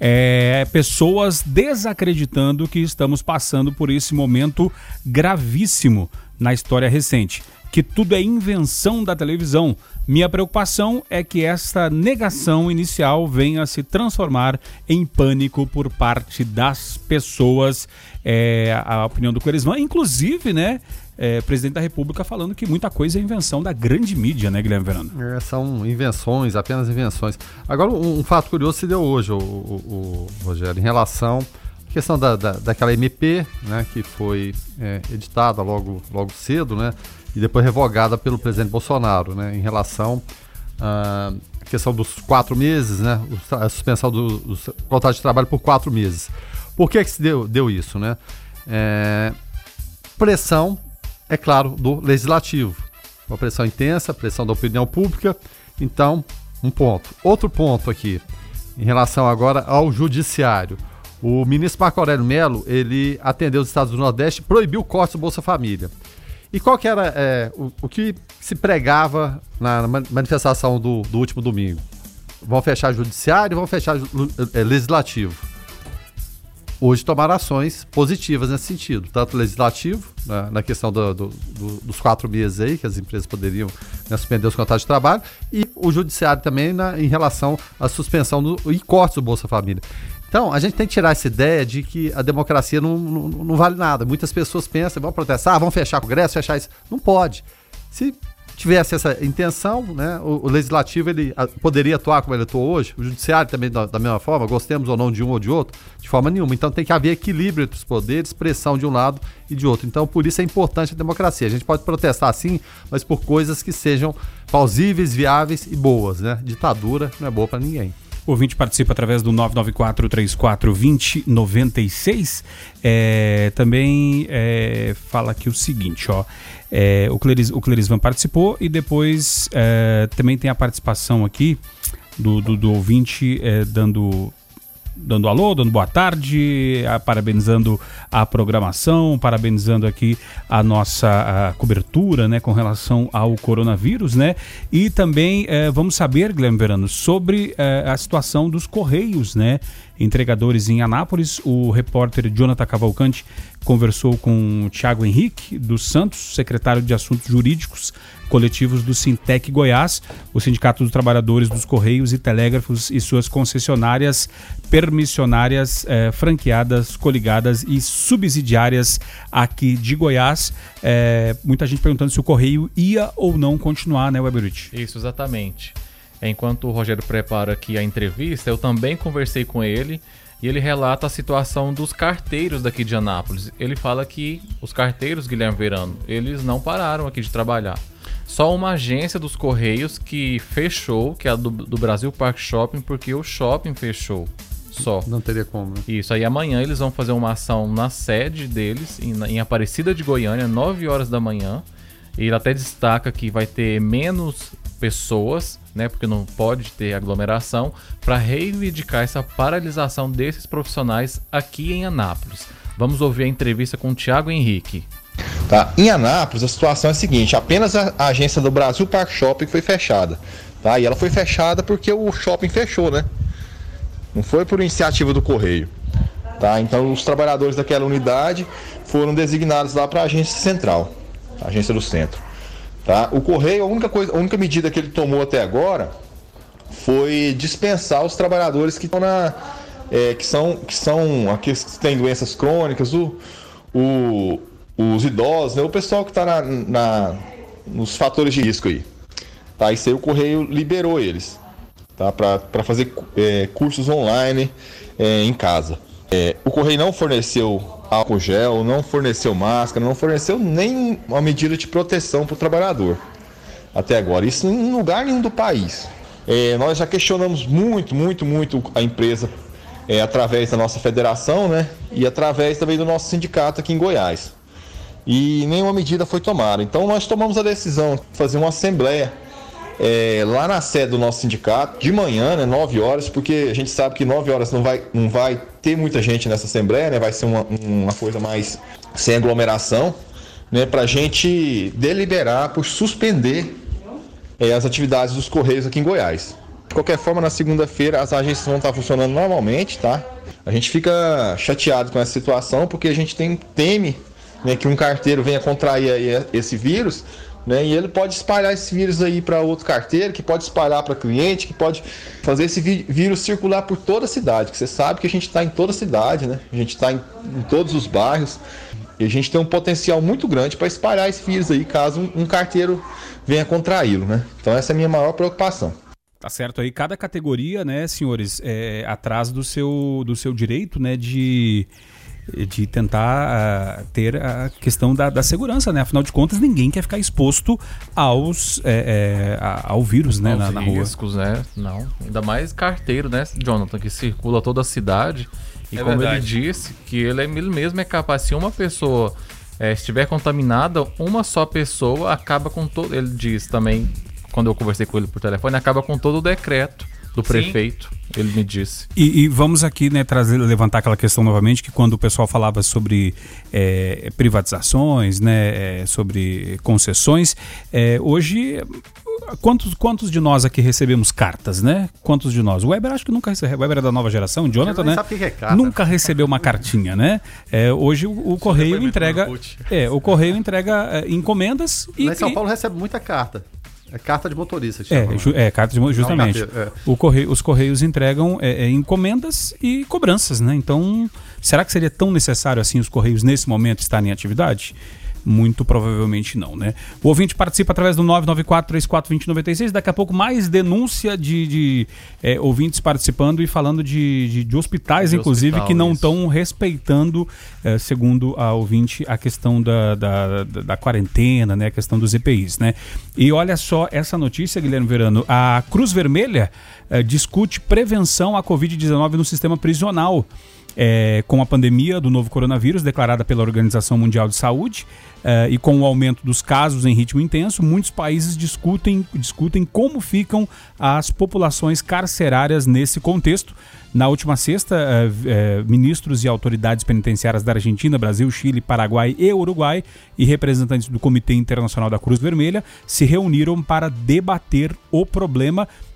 é pessoas desacreditando que estamos passando por esse momento gravíssimo na história recente, que tudo é invenção da televisão. Minha preocupação é que esta negação inicial venha a se transformar em pânico por parte das pessoas. É, a opinião do Clerisman, inclusive, né, é, presidente da República falando que muita coisa é invenção da grande mídia, né, Guilherme Verano? É, são invenções, apenas invenções. Agora, um, um fato curioso se deu hoje, o, o, o Rogério, em relação à questão da, da, daquela M P, né, que foi é, editada logo, logo cedo, né, e depois revogada pelo presidente Bolsonaro, né, em relação à questão dos quatro meses, né, a suspensão do, do contrato de trabalho por quatro meses. Por que que se deu, deu isso, né? É, pressão, é claro, do legislativo. Uma pressão intensa, pressão da opinião pública. Então, um ponto. Outro ponto aqui, em relação agora ao judiciário. O ministro Marco Aurélio Mello, ele atendeu os estados do Nordeste e proibiu o corte do Bolsa Família. E qual que era é, o, o que se pregava na manifestação do, do último domingo? Vão fechar judiciário, vão fechar é, legislativo. Hoje tomaram ações positivas nesse sentido, tanto legislativo, né, na questão do, do, do, dos quatro meses aí, que as empresas poderiam, né, suspender os contratos de trabalho, e o judiciário também na, em relação à suspensão do, e cortes do Bolsa Família. Então, a gente tem que tirar essa ideia de que a democracia não, não, não vale nada. Muitas pessoas pensam, vão protestar, ah, vão fechar o Congresso, fechar isso. Não pode. Se tivesse essa intenção, né, o, o legislativo ele a, poderia atuar como ele atuou hoje, o judiciário também da, da mesma forma, gostemos ou não de um ou de outro, de forma nenhuma. Então tem que haver equilíbrio entre os poderes, pressão de um lado e de outro. Então por isso é importante a democracia. A gente pode protestar sim, mas por coisas que sejam plausíveis, viáveis e boas, né? Ditadura não é boa para ninguém. O ouvinte participa através do nove nove quatro, três quatro dois zero nove seis. É, também é, fala aqui o seguinte, ó. É, o, Cleris, o Clerisman participou e depois é, também tem a participação aqui do, do, do ouvinte é, dando... dando alô, dando boa tarde, a, parabenizando a programação, parabenizando aqui a nossa a cobertura, né, com relação ao coronavírus, né, e também eh, vamos saber, Guilherme Verano, sobre eh, a situação dos Correios, né, entregadores em Anápolis. O repórter Jonathan Cavalcante conversou com o Thiago Henrique dos Santos, secretário de Assuntos Jurídicos coletivos do Sintec Goiás, o Sindicato dos Trabalhadores dos Correios e Telégrafos e suas concessionárias, permissionárias, eh, franqueadas, coligadas e subsidiárias aqui de Goiás. Eh, muita gente perguntando se o Correio ia ou não continuar, né, Weberich? Isso, exatamente. Enquanto o Rogério prepara aqui a entrevista, eu também conversei com ele e ele relata a situação dos carteiros daqui de Anápolis. Ele fala que os carteiros, Guilherme Verano, eles não pararam aqui de trabalhar. Só uma agência dos Correios que fechou, que é a do, do Brasil Park Shopping, porque o shopping fechou. Só. Não teria como, né? Isso, aí amanhã eles vão fazer uma ação na sede deles, em, em Aparecida de Goiânia, nove horas da manhã. E ele até destaca que vai ter menos pessoas, né, porque não pode ter aglomeração, para reivindicar essa paralisação desses profissionais aqui em Anápolis. Vamos ouvir a entrevista com o Thiago Henrique. Tá. Em Anápolis, a situação é a seguinte: apenas a, a agência do Brasil Park Shopping foi fechada. Tá? E ela foi fechada porque o shopping fechou, né? Não foi por iniciativa do Correio. Tá? Então, os trabalhadores daquela unidade foram designados lá para a agência central, a agência do centro. Tá? O Correio, a única, coisa, a única medida que ele tomou até agora foi dispensar os trabalhadores que estão na. É, que são, que são aqueles que têm doenças crônicas, o, o, os idosos, né? O pessoal que está na, na, nos fatores de risco aí. Tá? Isso aí o Correio liberou eles, tá? Para fazer é, cursos online é, em casa. É, o Correio não forneceu álcool gel, não forneceu máscara, não forneceu nem uma medida de proteção para o trabalhador até agora. Isso em lugar nenhum do país. É, nós já questionamos muito, muito, muito a empresa é, através da nossa federação, né? E através também do nosso sindicato aqui em Goiás. E nenhuma medida foi tomada. Então nós tomamos a decisão de fazer uma assembleia É, lá na sede do nosso sindicato, de manhã, né, nove horas, porque a gente sabe que nove horas não vai, não vai ter muita gente nessa assembleia, né, vai ser uma, uma coisa mais sem aglomeração, né, para a gente deliberar por suspender é, as atividades dos Correios aqui em Goiás. De qualquer forma, na segunda-feira as agências vão estar funcionando normalmente, tá? A gente fica chateado com essa situação porque a gente tem, teme, né, que um carteiro venha contrair aí esse vírus, né, e ele pode espalhar esse vírus aí para outro carteiro, que pode espalhar para cliente, que pode fazer esse vírus circular por toda a cidade. Que você sabe que a gente está em toda a cidade, né? A gente está em, em todos os bairros e a gente tem um potencial muito grande para espalhar esse vírus aí caso um, um carteiro venha contraí-lo, né? Então essa é a minha maior preocupação. Tá certo aí, cada categoria, né, senhores, é, atrás do seu, do seu direito, né, de... de tentar uh, ter a questão da, da segurança, né? Afinal de contas, ninguém quer ficar exposto aos, é, é, ao vírus, né? Na, na rua. Riscos, né? Não. Ainda mais carteiro, né, Jonathan, que circula toda a cidade. E é como verdade. Ele disse, que ele, ele mesmo é capaz, se uma pessoa é, estiver contaminada, uma só pessoa acaba com todo... Ele diz também, quando eu conversei com ele por telefone, acaba com todo o decreto do prefeito. Sim. Ele me disse. E, e vamos aqui, né, trazer, levantar aquela questão novamente, que quando o pessoal falava sobre é, privatizações, né, é, sobre concessões, é, hoje, quantos, quantos de nós aqui recebemos cartas, né? Quantos de nós? O Weber acho que nunca recebeu. O Weber é da nova geração, Jonathan, né? Sabe o que é carta. Nunca recebeu uma cartinha, né? É, hoje o, o Correio entrega... É, o Correio entrega é, encomendas e... Lá em São Paulo recebe muita carta. É carta de motorista. Que é, chama, ju, é, carta de justamente. Não, é. o correio, os Correios entregam é, é, encomendas e cobranças, né? Então, será que seria tão necessário assim os Correios nesse momento estarem em atividade? Muito provavelmente não, né? O ouvinte participa através do nove nove quatro, três quatro dois zero nove seis. Daqui a pouco mais denúncia de, de é, ouvintes participando e falando de, de, de hospitais, de inclusive, hospital, que não estão respeitando, é, segundo a ouvinte, a questão da, da, da, da quarentena, né? A questão dos E P Is, né? E olha só essa notícia, Guilherme Verano. A Cruz Vermelha é, discute prevenção à covid dezenove no sistema prisional. É, com a pandemia do novo coronavírus declarada pela Organização Mundial de Saúde é, e com o aumento dos casos em ritmo intenso, muitos países discutem, discutem como ficam as populações carcerárias nesse contexto. Na última sexta, é, é, ministros e autoridades penitenciárias da Argentina, Brasil, Chile, Paraguai e Uruguai e representantes do Comitê Internacional da Cruz Vermelha se reuniram para debater o problema.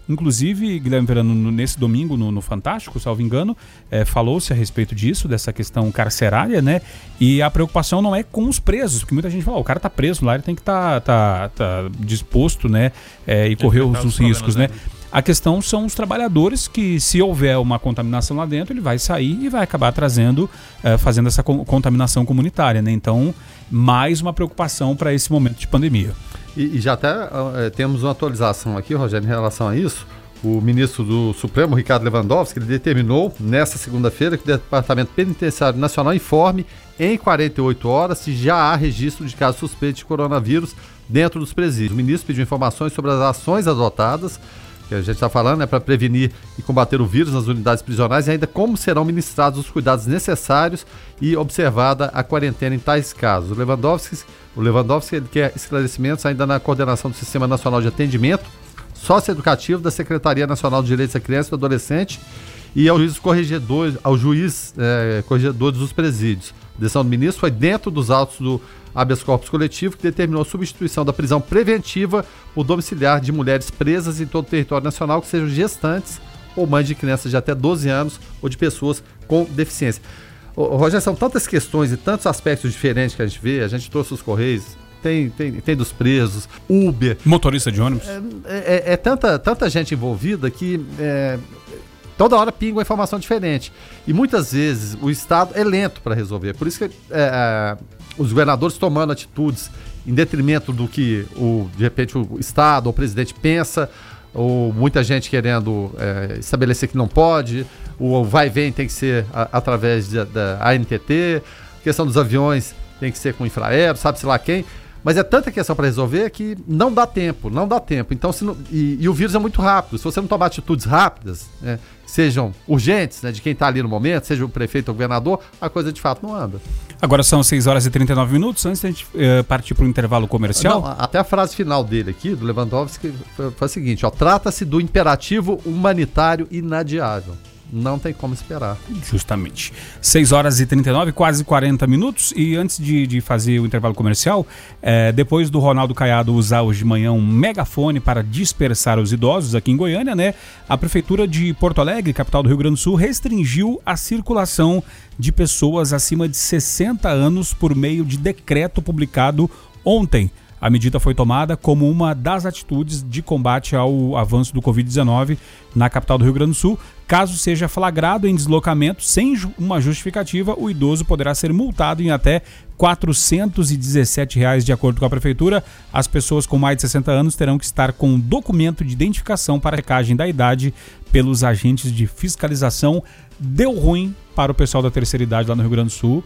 Inclusive, Guilherme Verano, nesse domingo, no, no Fantástico, salvo engano, é, falou-se a respeito disso, dessa questão carcerária, né? E a preocupação não é com os presos, porque muita gente fala, oh, o cara tá preso lá, ele tem que estar tá, tá, tá disposto, né? É, e correr os, os riscos, né? A questão são os trabalhadores que, se houver uma contaminação lá dentro, ele vai sair e vai acabar trazendo, uh, fazendo essa co- contaminação comunitária, né? Então, mais uma preocupação para esse momento de pandemia. E, e já até uh, temos uma atualização aqui, Rogério, em relação a isso. O ministro do Supremo, Ricardo Lewandowski, ele determinou nesta segunda-feira que o Departamento Penitenciário Nacional informe em quarenta e oito horas se já há registro de casos suspeitos de coronavírus dentro dos presídios. O ministro pediu informações sobre as ações adotadas, que a gente está falando, é para prevenir e combater o vírus nas unidades prisionais e ainda como serão ministrados os cuidados necessários e observada a quarentena em tais casos. O Lewandowski, o Lewandowski ele quer esclarecimentos ainda na coordenação do Sistema Nacional de Atendimento Socioeducativo da Secretaria Nacional de Direitos da Criança e do Adolescente e ao juiz corregedor, ao juiz é, corregedor dos presídios. A decisão do ministro foi dentro dos autos do habeas corpus coletivo, que determinou a substituição da prisão preventiva por domiciliar de mulheres presas em todo o território nacional que sejam gestantes ou mães de crianças de até doze anos ou de pessoas com deficiência. Ô, Rogério, são tantas questões e tantos aspectos diferentes que a gente vê, a gente trouxe os Correios, tem, tem, tem dos presos, Uber... Motorista de ônibus. É, é, é tanta, tanta gente envolvida que... É, toda hora pinga uma informação diferente. E muitas vezes o Estado é lento para resolver. Por isso que é, os governadores tomando atitudes em detrimento do que, o, de repente, o Estado ou o presidente pensa, ou muita gente querendo é, estabelecer que não pode, o vai e vem tem que ser a, através da, da A N T T, a questão dos aviões tem que ser com infraero, sabe-se lá quem. Mas é tanta questão para resolver que não dá tempo, não dá tempo. Então, se não, e, e o vírus é muito rápido. Se você não tomar atitudes rápidas, né, sejam urgentes, né, de quem está ali no momento, seja o prefeito ou o governador, a coisa de fato não anda. Agora são seis horas e trinta e nove minutos, antes da gente uh, partir para o intervalo comercial. Não, até a frase final dele aqui, do Lewandowski, foi, foi a seguinte, ó, trata-se do imperativo humanitário inadiável. Não tem como esperar. Justamente. seis horas e trinta e nove, quase quarenta minutos. E antes de, de fazer o intervalo comercial, é, depois do Ronaldo Caiado usar hoje de manhã um megafone para dispersar os idosos aqui em Goiânia, né? A Prefeitura de Porto Alegre, capital do Rio Grande do Sul, restringiu a circulação de pessoas acima de sessenta anos por meio de decreto publicado ontem. A medida foi tomada como uma das atitudes de combate ao avanço do covid dezenove na capital do Rio Grande do Sul. Caso seja flagrado em deslocamento sem uma justificativa, o idoso poderá ser multado em até quatrocentos e dezessete reais, de acordo com a Prefeitura. As pessoas com mais de sessenta anos terão que estar com um documento de identificação para a checagem da idade pelos agentes de fiscalização. Deu ruim para o pessoal da terceira idade lá no Rio Grande do Sul.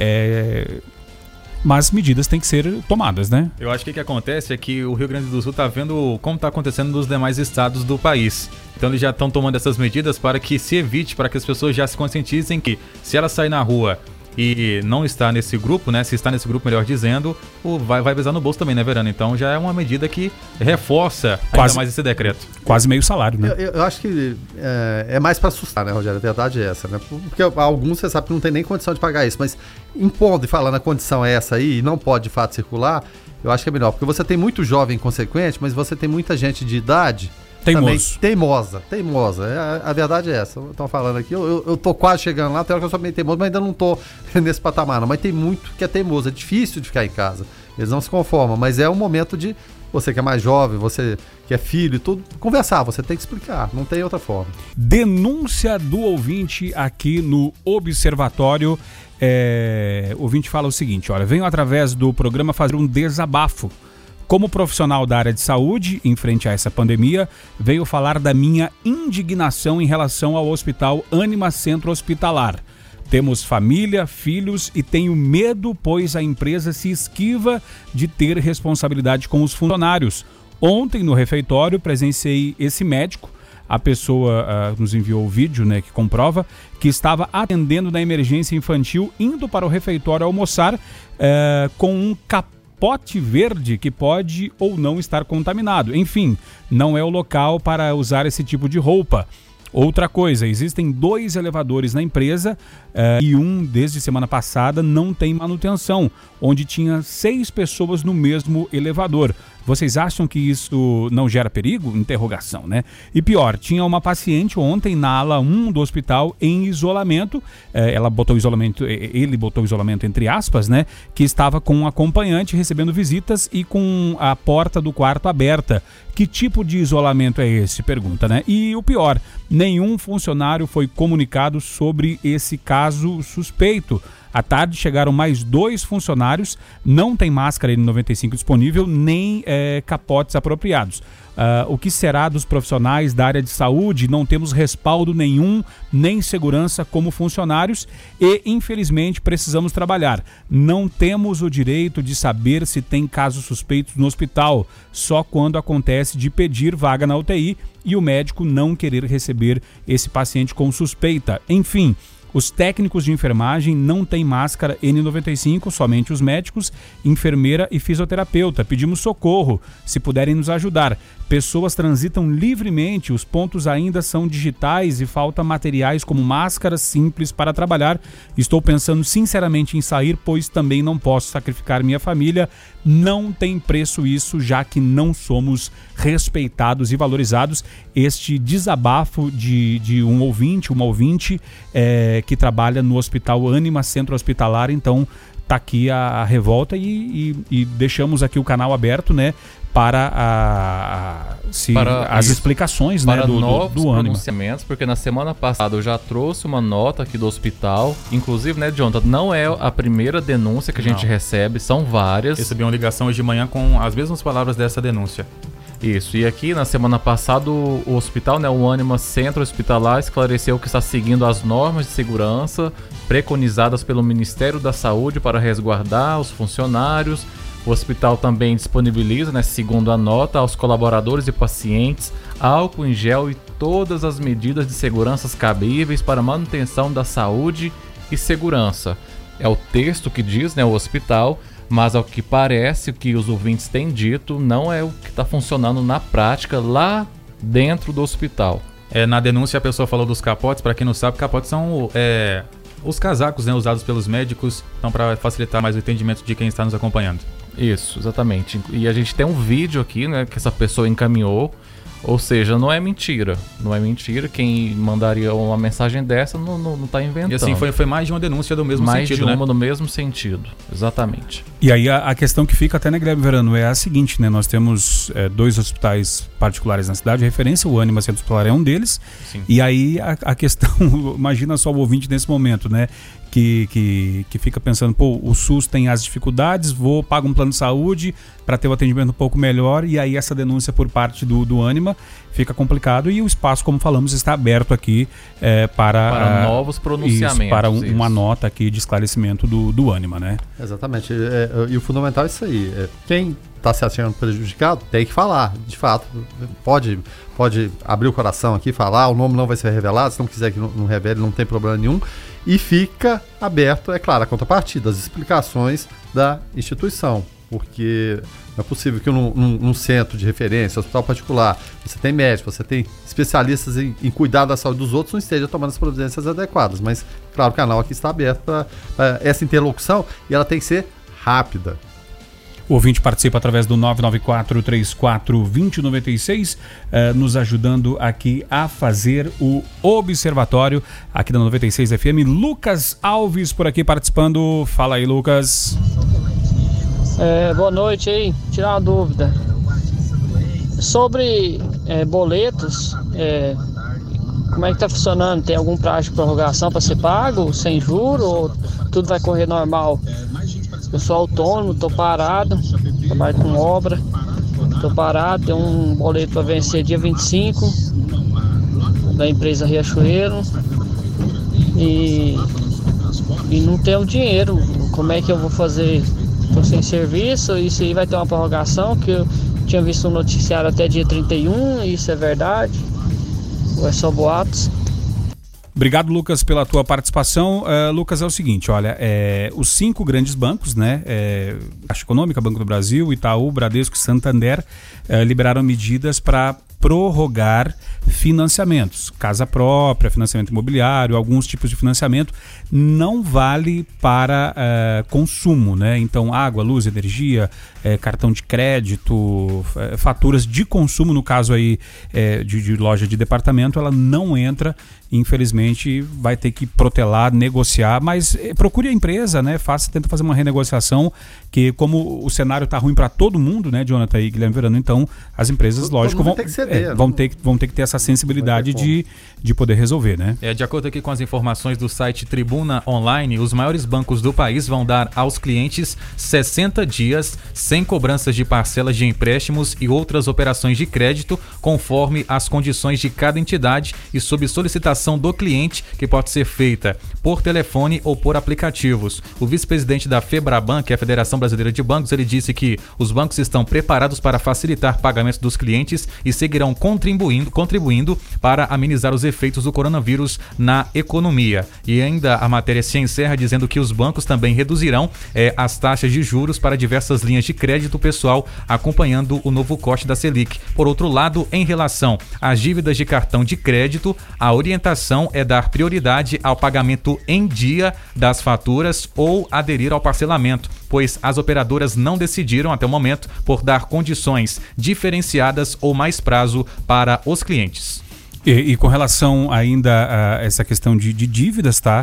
É... Mas medidas têm que ser tomadas, né? Eu acho que o que acontece é que o Rio Grande do Sul está vendo como está acontecendo nos demais estados do país. Então eles já estão tomando essas medidas para que se evite, para que as pessoas já se conscientizem que se ela sair na rua e não está nesse grupo, né? Se está nesse grupo, melhor dizendo, o vai, vai pesar no bolso também, né, Verano? Então já é uma medida que reforça quase, ainda mais esse decreto. Quase meio salário, né? Eu, eu acho que é, é mais para assustar, né, Rogério? A verdade é essa, né? Porque alguns você sabe que não tem nem condição de pagar isso, mas impondo e falando a condição é essa aí e não pode de fato circular, eu acho que é melhor. Porque você tem muito jovem inconsequente, mas você tem muita gente de idade... Teimoso. Teimosa, teimosa. A, a verdade é essa. Estão falando aqui, eu, eu, eu tô quase chegando lá, tem hora que eu sou meio teimoso, mas ainda não tô nesse patamar, não. Mas tem muito que é teimoso, é difícil de ficar em casa. Eles não se conformam, mas é um momento de você que é mais jovem, você que é filho e tudo, conversar, você tem que explicar, não tem outra forma. Denúncia do ouvinte aqui no Observatório. É, o ouvinte fala o seguinte, olha, venho através do programa fazer um desabafo. Como profissional da área de saúde, em frente a essa pandemia, veio falar da minha indignação em relação ao Hospital Ânima Centro Hospitalar. Temos família, filhos e tenho medo, pois a empresa se esquiva de ter responsabilidade com os funcionários. Ontem, no refeitório, presenciei esse médico. A pessoa uh, nos enviou o vídeo, né, que comprova que estava atendendo na emergência infantil, indo para o refeitório almoçar uh, com um capô pote verde que pode ou não estar contaminado. Enfim, não é o local para usar esse tipo de roupa. Outra coisa, existem dois elevadores na empresa uh, e um, desde semana passada, não tem manutenção, onde tinha seis pessoas no mesmo elevador. Vocês acham que isso não gera perigo? Interrogação, né? E pior, tinha uma paciente ontem na ala um do hospital em isolamento, é, ela botou isolamento, ele botou isolamento entre aspas, né? Que estava com um acompanhante recebendo visitas e com a porta do quarto aberta. Que tipo de isolamento é esse? Pergunta, né? E o pior, nenhum funcionário foi comunicado sobre esse caso suspeito. À tarde chegaram mais dois funcionários, não tem máscara N noventa e cinco disponível, nem é, capotes apropriados. Uh, o que será dos profissionais da área de saúde? Não temos respaldo nenhum, nem segurança como funcionários e, infelizmente, precisamos trabalhar. Não temos o direito de saber se tem casos suspeitos no hospital, só quando acontece de pedir vaga na U T I e o médico não querer receber esse paciente com suspeita. Enfim, os técnicos de enfermagem não têm máscara N noventa e cinco, somente os médicos, enfermeira e fisioterapeuta. Pedimos socorro, se puderem nos ajudar. Pessoas transitam livremente, os pontos ainda são digitais e falta materiais como máscaras simples para trabalhar. Estou pensando sinceramente em sair, pois também não posso sacrificar minha família. Não tem preço isso, já que não somos respeitados e valorizados. Este desabafo de, de um ouvinte, uma ouvinte é, que trabalha no Hospital Ânima Centro Hospitalar. Então tá aqui a, a revolta e, e, e deixamos aqui o canal aberto, né? Para, a, a, se, para as isso, explicações, para né, do, novos do, do Ânima. pronunciamentos, porque na semana passada eu já trouxe uma nota aqui do hospital, inclusive, né, Jonathan, não é a primeira denúncia que a gente não. recebe, são várias. Recebi uma ligação hoje de manhã com as mesmas palavras dessa denúncia. Isso, e aqui na semana passada o, o hospital, né, o Ânima Centro Hospitalar, esclareceu que está seguindo as normas de segurança preconizadas pelo Ministério da Saúde para resguardar os funcionários. O hospital também disponibiliza, né, segundo a nota, aos colaboradores e pacientes álcool em gel e todas as medidas de segurança cabíveis para manutenção da saúde e segurança. É o texto que diz, né, o hospital, mas ao que parece, o que os ouvintes têm dito, não é o que está funcionando na prática lá dentro do hospital. É, na denúncia a pessoa falou dos capotes. Para quem não sabe, capotes são é, os casacos, né, usados pelos médicos, então para facilitar mais o entendimento de quem está nos acompanhando. Isso, exatamente. E a gente tem um vídeo aqui, né, que essa pessoa encaminhou. Ou seja, não é mentira. Não é mentira. Quem mandaria uma mensagem dessa não, não, não tá inventando. E assim, foi, foi mais de uma denúncia do mesmo mais sentido, Mais de uma né? no mesmo sentido. Exatamente. E aí a, a questão que fica até, né, Guilherme Verano, é a seguinte, né? Nós temos é, dois hospitais particulares na cidade de referência, o Ânima Centro Hospitalar é um deles. Sim. E aí a, a questão, imagina só o ouvinte nesse momento, né? Que, que, que fica pensando, pô, o SUS tem as dificuldades, vou pagar um plano de saúde para ter o atendimento um pouco melhor, e aí essa denúncia por parte do, do Ânima fica complicado, e o espaço, como falamos, está aberto aqui é, para, para a, novos pronunciamentos. Isso, para um, uma nota aqui de esclarecimento do, do Ânima, né? Exatamente, é, é, e o fundamental é isso aí, é, quem está se achando prejudicado tem que falar, de fato, pode, pode abrir o coração aqui, falar, o nome não vai ser revelado, se não quiser que não, não revele, não tem problema nenhum. E fica aberto, é claro, a contrapartida, as explicações da instituição. Porque não é possível que num, num, num centro de referência, hospital particular, você tem médico, você tem especialistas em, em cuidar da saúde dos outros, não esteja tomando as providências adequadas. Mas, claro, o canal aqui está aberto para essa interlocução e ela tem que ser rápida. O ouvinte participa através do nove nove quatro, três quatro, dois zero nove seis, eh, nos ajudando aqui a fazer o observatório aqui da noventa e seis F M. Lucas Alves por aqui participando. Fala aí, Lucas. É, boa noite aí. Tirar uma dúvida. Sobre é, boletos, é, como é que tá funcionando? Tem algum prazo de prorrogação para ser pago, sem juros, ou tudo vai correr normal? Eu sou autônomo, tô parado, trabalho com obra, tô parado, tem um boleto para vencer dia vinte e cinco da empresa Riachuelo e, e não tenho dinheiro. Como é que eu vou fazer? Tô sem serviço, isso aí vai ter uma prorrogação, que eu tinha visto um noticiário até dia trinta e um, isso é verdade? Ou é só boatos? Obrigado, Lucas, pela tua participação. Uh, Lucas, é o seguinte, olha, é, os cinco grandes bancos, né, é, Caixa Econômica, Banco do Brasil, Itaú, Bradesco e Santander, é, liberaram medidas para prorrogar financiamentos, casa própria, financiamento imobiliário, alguns tipos de financiamento, não vale para uh, consumo, né? Então, água, luz, energia, eh, cartão de crédito, eh, faturas de consumo, no caso aí eh, de, de loja de departamento, ela não entra, infelizmente vai ter que protelar, negociar, mas eh, procure a empresa, né? Faça, tenta fazer uma renegociação, que como o cenário está ruim para todo mundo, né, Jonathan e Guilherme Verano, então as empresas, todo, lógico, todo vão, tem que ceder, é, vão, ter, vão ter que ter essa sensibilidade de, de poder resolver, né? É, de acordo aqui com as informações do site Tribuna Online, os maiores bancos do país vão dar aos clientes sessenta dias sem cobranças de parcelas de empréstimos e outras operações de crédito, conforme as condições de cada entidade e sob solicitação do cliente, que pode ser feita por telefone ou por aplicativos. O vice-presidente da FEBRABAN, que é a Federação Brasileira de Bancos, ele disse que os bancos estão preparados para facilitar pagamentos dos clientes e seguirão contribuindo, contribuindo para amenizar os efeitos do coronavírus na economia. E ainda a matéria se encerra dizendo que os bancos também reduzirão eh, as taxas de juros para diversas linhas de crédito pessoal, acompanhando o novo corte da Selic. Por outro lado, em relação às dívidas de cartão de crédito, a orientação é dar prioridade ao pagamento em dia das faturas ou aderir ao parcelamento, pois as operadoras não decidiram até o momento por dar condições diferenciadas ou mais prazo para os clientes. E, e com relação ainda a essa questão de, de dívidas, tá?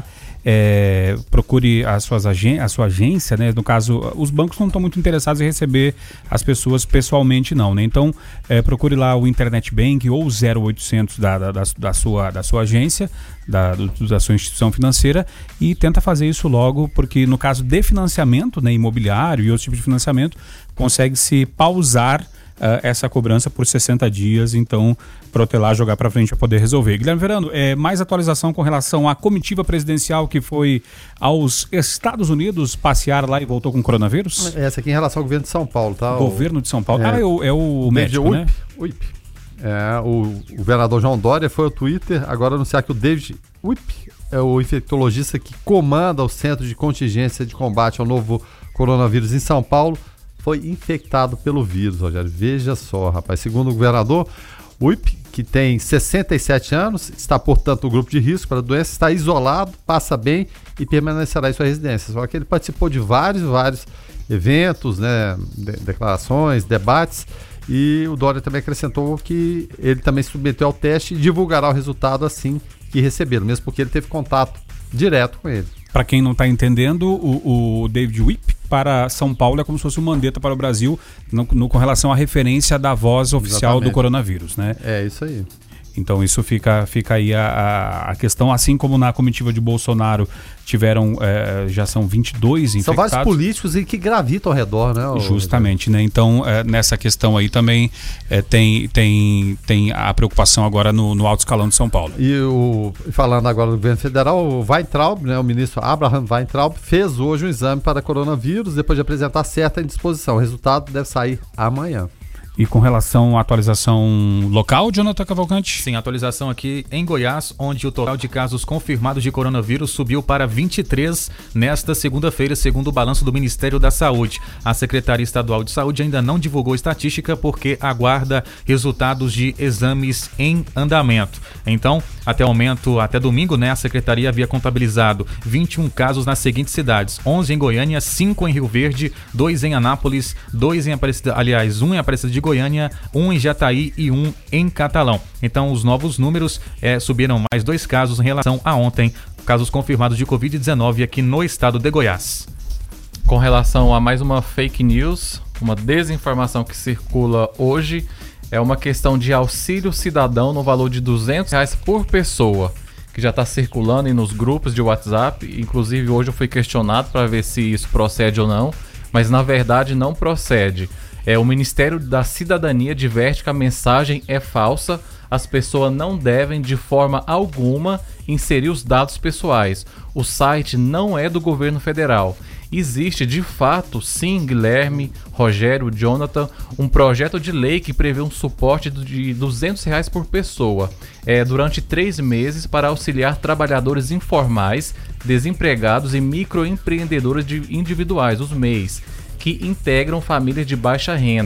É, procure as suas agen a sua agência, né? No caso, os bancos não estão muito interessados em receber as pessoas pessoalmente, não, né? Então, é, procure lá o Internet Bank ou o zero oitocentos da, da, da, sua, da sua agência, da, do, da sua instituição financeira, e tenta fazer isso logo, porque no caso de financiamento, né, imobiliário e outros tipos de financiamento, consegue-se pausar Uh, essa cobrança por sessenta dias, então protelar, jogar para frente para poder resolver. Guilherme Verano, é, mais atualização com relação à comitiva presidencial que foi aos Estados Unidos passear lá e voltou com coronavírus? Essa aqui em relação ao governo de São Paulo, tá? Governo de São Paulo. É, ah, é o, é o médico, Uip, né? Uip. É, o, o governador João Dória foi ao Twitter agora anunciar que o David Uip é o infectologista que comanda o Centro de Contingência de Combate ao Novo Coronavírus em São Paulo, foi infectado pelo vírus, Rogério. Veja só, rapaz. Segundo o governador, o Uip, que tem sessenta e sete anos, está, portanto, no grupo de risco para a doença, está isolado, passa bem e permanecerá em sua residência. Só que ele participou de vários, vários eventos, né, de- declarações, debates, e o Dória também acrescentou que ele também se submeteu ao teste e divulgará o resultado assim que receberam, mesmo porque ele teve contato direto com ele. Para quem não está entendendo, o, o David Uip para São Paulo é como se fosse um Mandetta para o Brasil, no, no, com relação à referência da voz oficial Exatamente. do coronavírus, né? É isso aí. Então isso fica, fica aí a, a, a questão, assim como na comitiva de Bolsonaro tiveram, é, já são vinte e dois infectados. São vários políticos que gravitam ao redor, né? O... Justamente, né? Então é, nessa questão aí também é, tem, tem, tem a preocupação agora no, no alto escalão de São Paulo. E o, falando agora do governo federal, o Weintraub, né, o ministro Abraham Weintraub, fez hoje um exame para coronavírus depois de apresentar certa indisposição. O resultado deve sair amanhã. E com relação à atualização local, Jonathan Cavalcante? Sim, atualização aqui em Goiás, onde o total de casos confirmados de coronavírus subiu para vinte e três nesta segunda-feira, segundo o balanço do Ministério da Saúde. A Secretaria Estadual de Saúde ainda não divulgou estatística porque aguarda resultados de exames em andamento. Então, até o momento, até domingo, né, a Secretaria havia contabilizado vinte e um casos nas seguintes cidades: onze em Goiânia, cinco em Rio Verde, dois em Anápolis, dois em Aparecida, aliás, um em Aparecida de Goiânia, um em Jataí e um em Catalão. Então, os novos números é, subiram mais dois casos em relação a ontem, casos confirmados de covid dezenove aqui no estado de Goiás. Com relação a mais uma fake news, uma desinformação que circula hoje, é uma questão de auxílio cidadão no valor de duzentos reais por pessoa, que já está circulando aí nos grupos de WhatsApp. Inclusive, hoje eu fui questionado para ver se isso procede ou não, mas na verdade não procede. É, o Ministério da Cidadania adverte que a mensagem é falsa, as pessoas não devem de forma alguma inserir os dados pessoais. O site não é do governo federal. Existe de fato, sim, Guilherme, Rogério, Jonathan, um projeto de lei que prevê um suporte de duzentos reais por pessoa é, durante três meses para auxiliar trabalhadores informais, desempregados e microempreendedores de individuais, os M E Is, que integram famílias de baixa renda.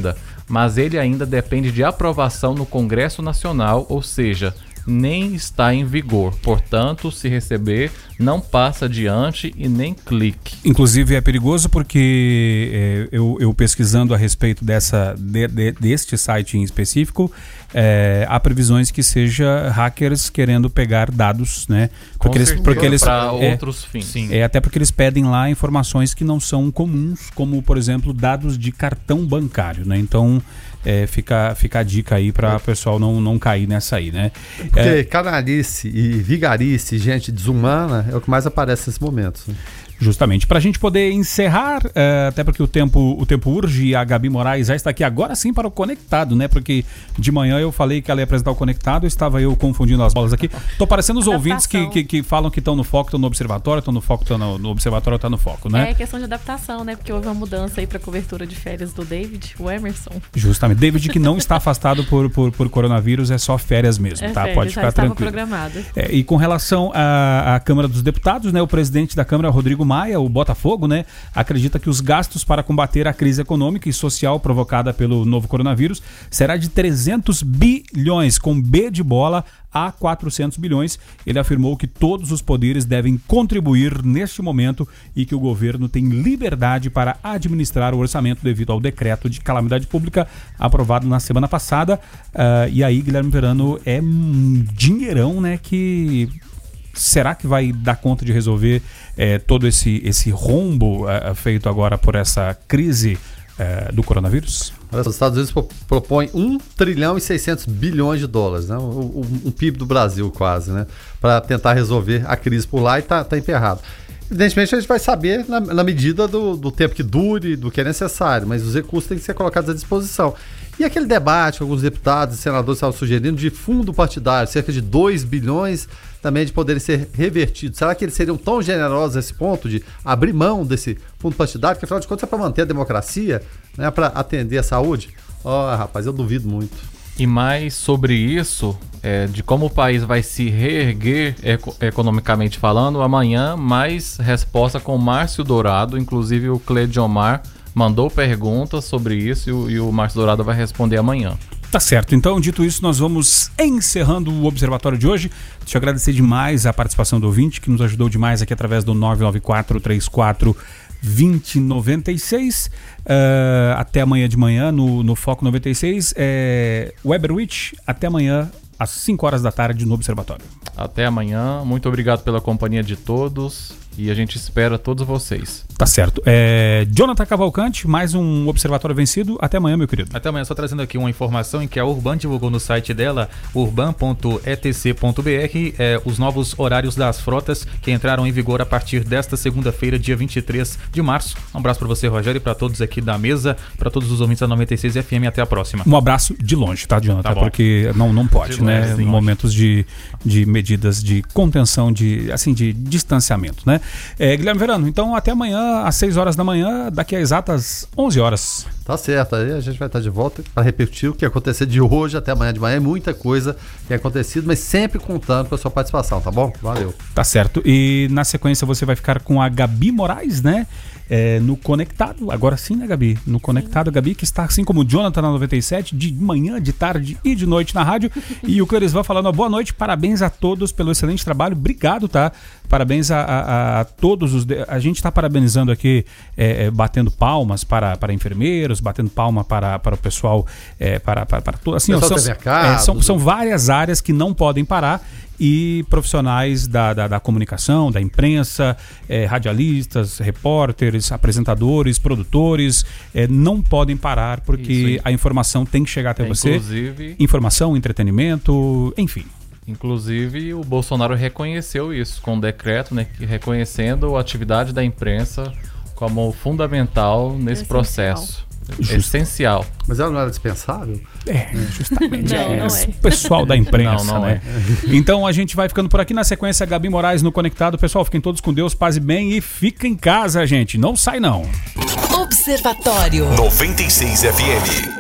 mas ele ainda depende de aprovação no Congresso Nacional, ou seja, nem está em vigor. Portanto, se receber, não passa adiante e nem clique. Inclusive é perigoso porque é, eu, eu pesquisando a respeito dessa, de, de, deste site em específico, é, há previsões que seja hackers querendo pegar dados, né? Porque eles, porque eles para é, outros fins. Sim. É, até porque eles pedem lá informações que não são comuns, como por exemplo dados de cartão bancário, né? Então é, fica, fica a dica aí para o pessoal não, não cair nessa aí, né? Porque é, canalice e vigarice, gente desumana, é o que mais aparece nesses momentos. Né? Justamente. Para a gente poder encerrar, uh, até porque o tempo, o tempo urge e a Gabi Moraes já está aqui agora sim para o Conectado, né? Porque de manhã eu falei que ela ia apresentar o Conectado, estava eu confundindo as bolas aqui. Tô parecendo os ouvintes que, que, que falam que estão no foco, estão no observatório, estão no foco, estão no, no observatório, estão no foco, né? É questão de adaptação, né? Porque houve uma mudança aí para a cobertura de férias do David, o Emerson. Justamente. David que não está afastado por, por, por coronavírus, é só férias mesmo, é tá? Férias, Pode ficar tranquilo. Programado. É, e com relação à, à Câmara dos Deputados, né? O presidente da Câmara, Rodrigo Maia, o Botafogo, né, acredita que os gastos para combater a crise econômica e social provocada pelo novo coronavírus será de trezentos bilhões, com B de bola, a quatrocentos bilhões. Ele afirmou que todos os poderes devem contribuir neste momento e que o governo tem liberdade para administrar o orçamento devido ao decreto de calamidade pública aprovado na semana passada. Uh, e aí, Guilherme Verano, é um dinheirão, né, que... Será que vai dar conta de resolver eh, todo esse, esse rombo eh, feito agora por essa crise eh, do coronavírus? Os Estados Unidos propõem um trilhão e seiscentos bilhões de dólares, né? o, o, o P I B do Brasil quase, né? Para tentar resolver a crise por lá e está tá emperrado. Evidentemente a gente vai saber na, na medida do, do tempo que dure, do que é necessário, mas os recursos têm que ser colocados à disposição. E aquele debate que alguns deputados e senadores estavam sugerindo de fundo partidário, cerca de dois bilhões também de poderem ser revertidos. Será que eles seriam tão generosos a esse ponto de abrir mão desse fundo partidário? Porque afinal de contas é para manter a democracia, né, para atender a saúde? Ó, oh, rapaz, eu duvido muito. E mais sobre isso, é, de como o país vai se reerguer eco- economicamente falando, amanhã mais resposta com o Márcio Dourado, inclusive o Cleidiomar mandou perguntas sobre isso e o, e o Márcio Dourado vai responder amanhã. Tá certo, então dito isso nós vamos encerrando o Observatório de hoje. Deixa eu agradecer demais a participação do ouvinte que nos ajudou demais aqui através do nove nove quatro, três quatro, dois zero nove seis. Uh, até amanhã de manhã no, no Foco noventa e seis. É, Weberwitch, até amanhã às cinco horas da tarde no Observatório. Até amanhã, muito obrigado pela companhia de todos e a gente espera todos vocês. Tá certo. É, Jonathan Cavalcante, mais um Observatório vencido. Até amanhã, meu querido. Até amanhã, só trazendo aqui uma informação em que a Urban divulgou no site dela, urban ponto e t c ponto b r, é, os novos horários das frotas que entraram em vigor a partir desta segunda-feira, dia vinte e três de março. Um abraço para você, Rogério, e para todos aqui da mesa, para todos os ouvintes da noventa e seis F M. Até a próxima. Um abraço de longe, tá, Jonathan? Tá, porque não, não pode, de né? longe, sim, momentos de, de medidas de contenção, de, assim, de distanciamento, né? É, Guilherme Verano, então até amanhã às seis horas da manhã, daqui a exatas onze horas. Tá certo, aí a gente vai estar de volta para repetir o que aconteceu de hoje até amanhã de manhã. É muita coisa que tem acontecido, mas sempre contando com a sua participação, tá bom? Valeu. Tá certo. E na sequência você vai ficar com a Gabi Moraes, né? É, no Conectado, agora sim, né, Gabi? No Conectado, Gabi, que está assim como o Jonathan na noventa e sete, de manhã, de tarde e de noite na rádio. E o Clerisvan falando, boa noite, parabéns a todos pelo excelente trabalho, obrigado, tá? Parabéns a, a, a todos os... De... A gente está parabenizando aqui, é, é, batendo palmas para, para enfermeiros, batendo palma para, para o pessoal, é, para, para, para tudo. Assim, pessoal são, mercado, é, são, são várias áreas que não podem parar. E profissionais da, da, da comunicação, da imprensa, é, radialistas, repórteres, apresentadores, produtores, é, não podem parar porque Isso, a informação tem que chegar até é, você. Inclusive, informação, entretenimento, enfim. Inclusive, o Bolsonaro reconheceu isso com o decreto, né, reconhecendo a atividade da imprensa como fundamental nesse Essencial. processo. Justo. Essencial. Mas ela não era dispensável? É, justamente. Não, é, não é. O pessoal da imprensa, Não, não né? É. Então a gente vai ficando por aqui. Na sequência, Gabi Moraes no Conectado. Pessoal, fiquem todos com Deus, paz e bem. E fica em casa, gente. Não sai, não. Observatório noventa e seis F M.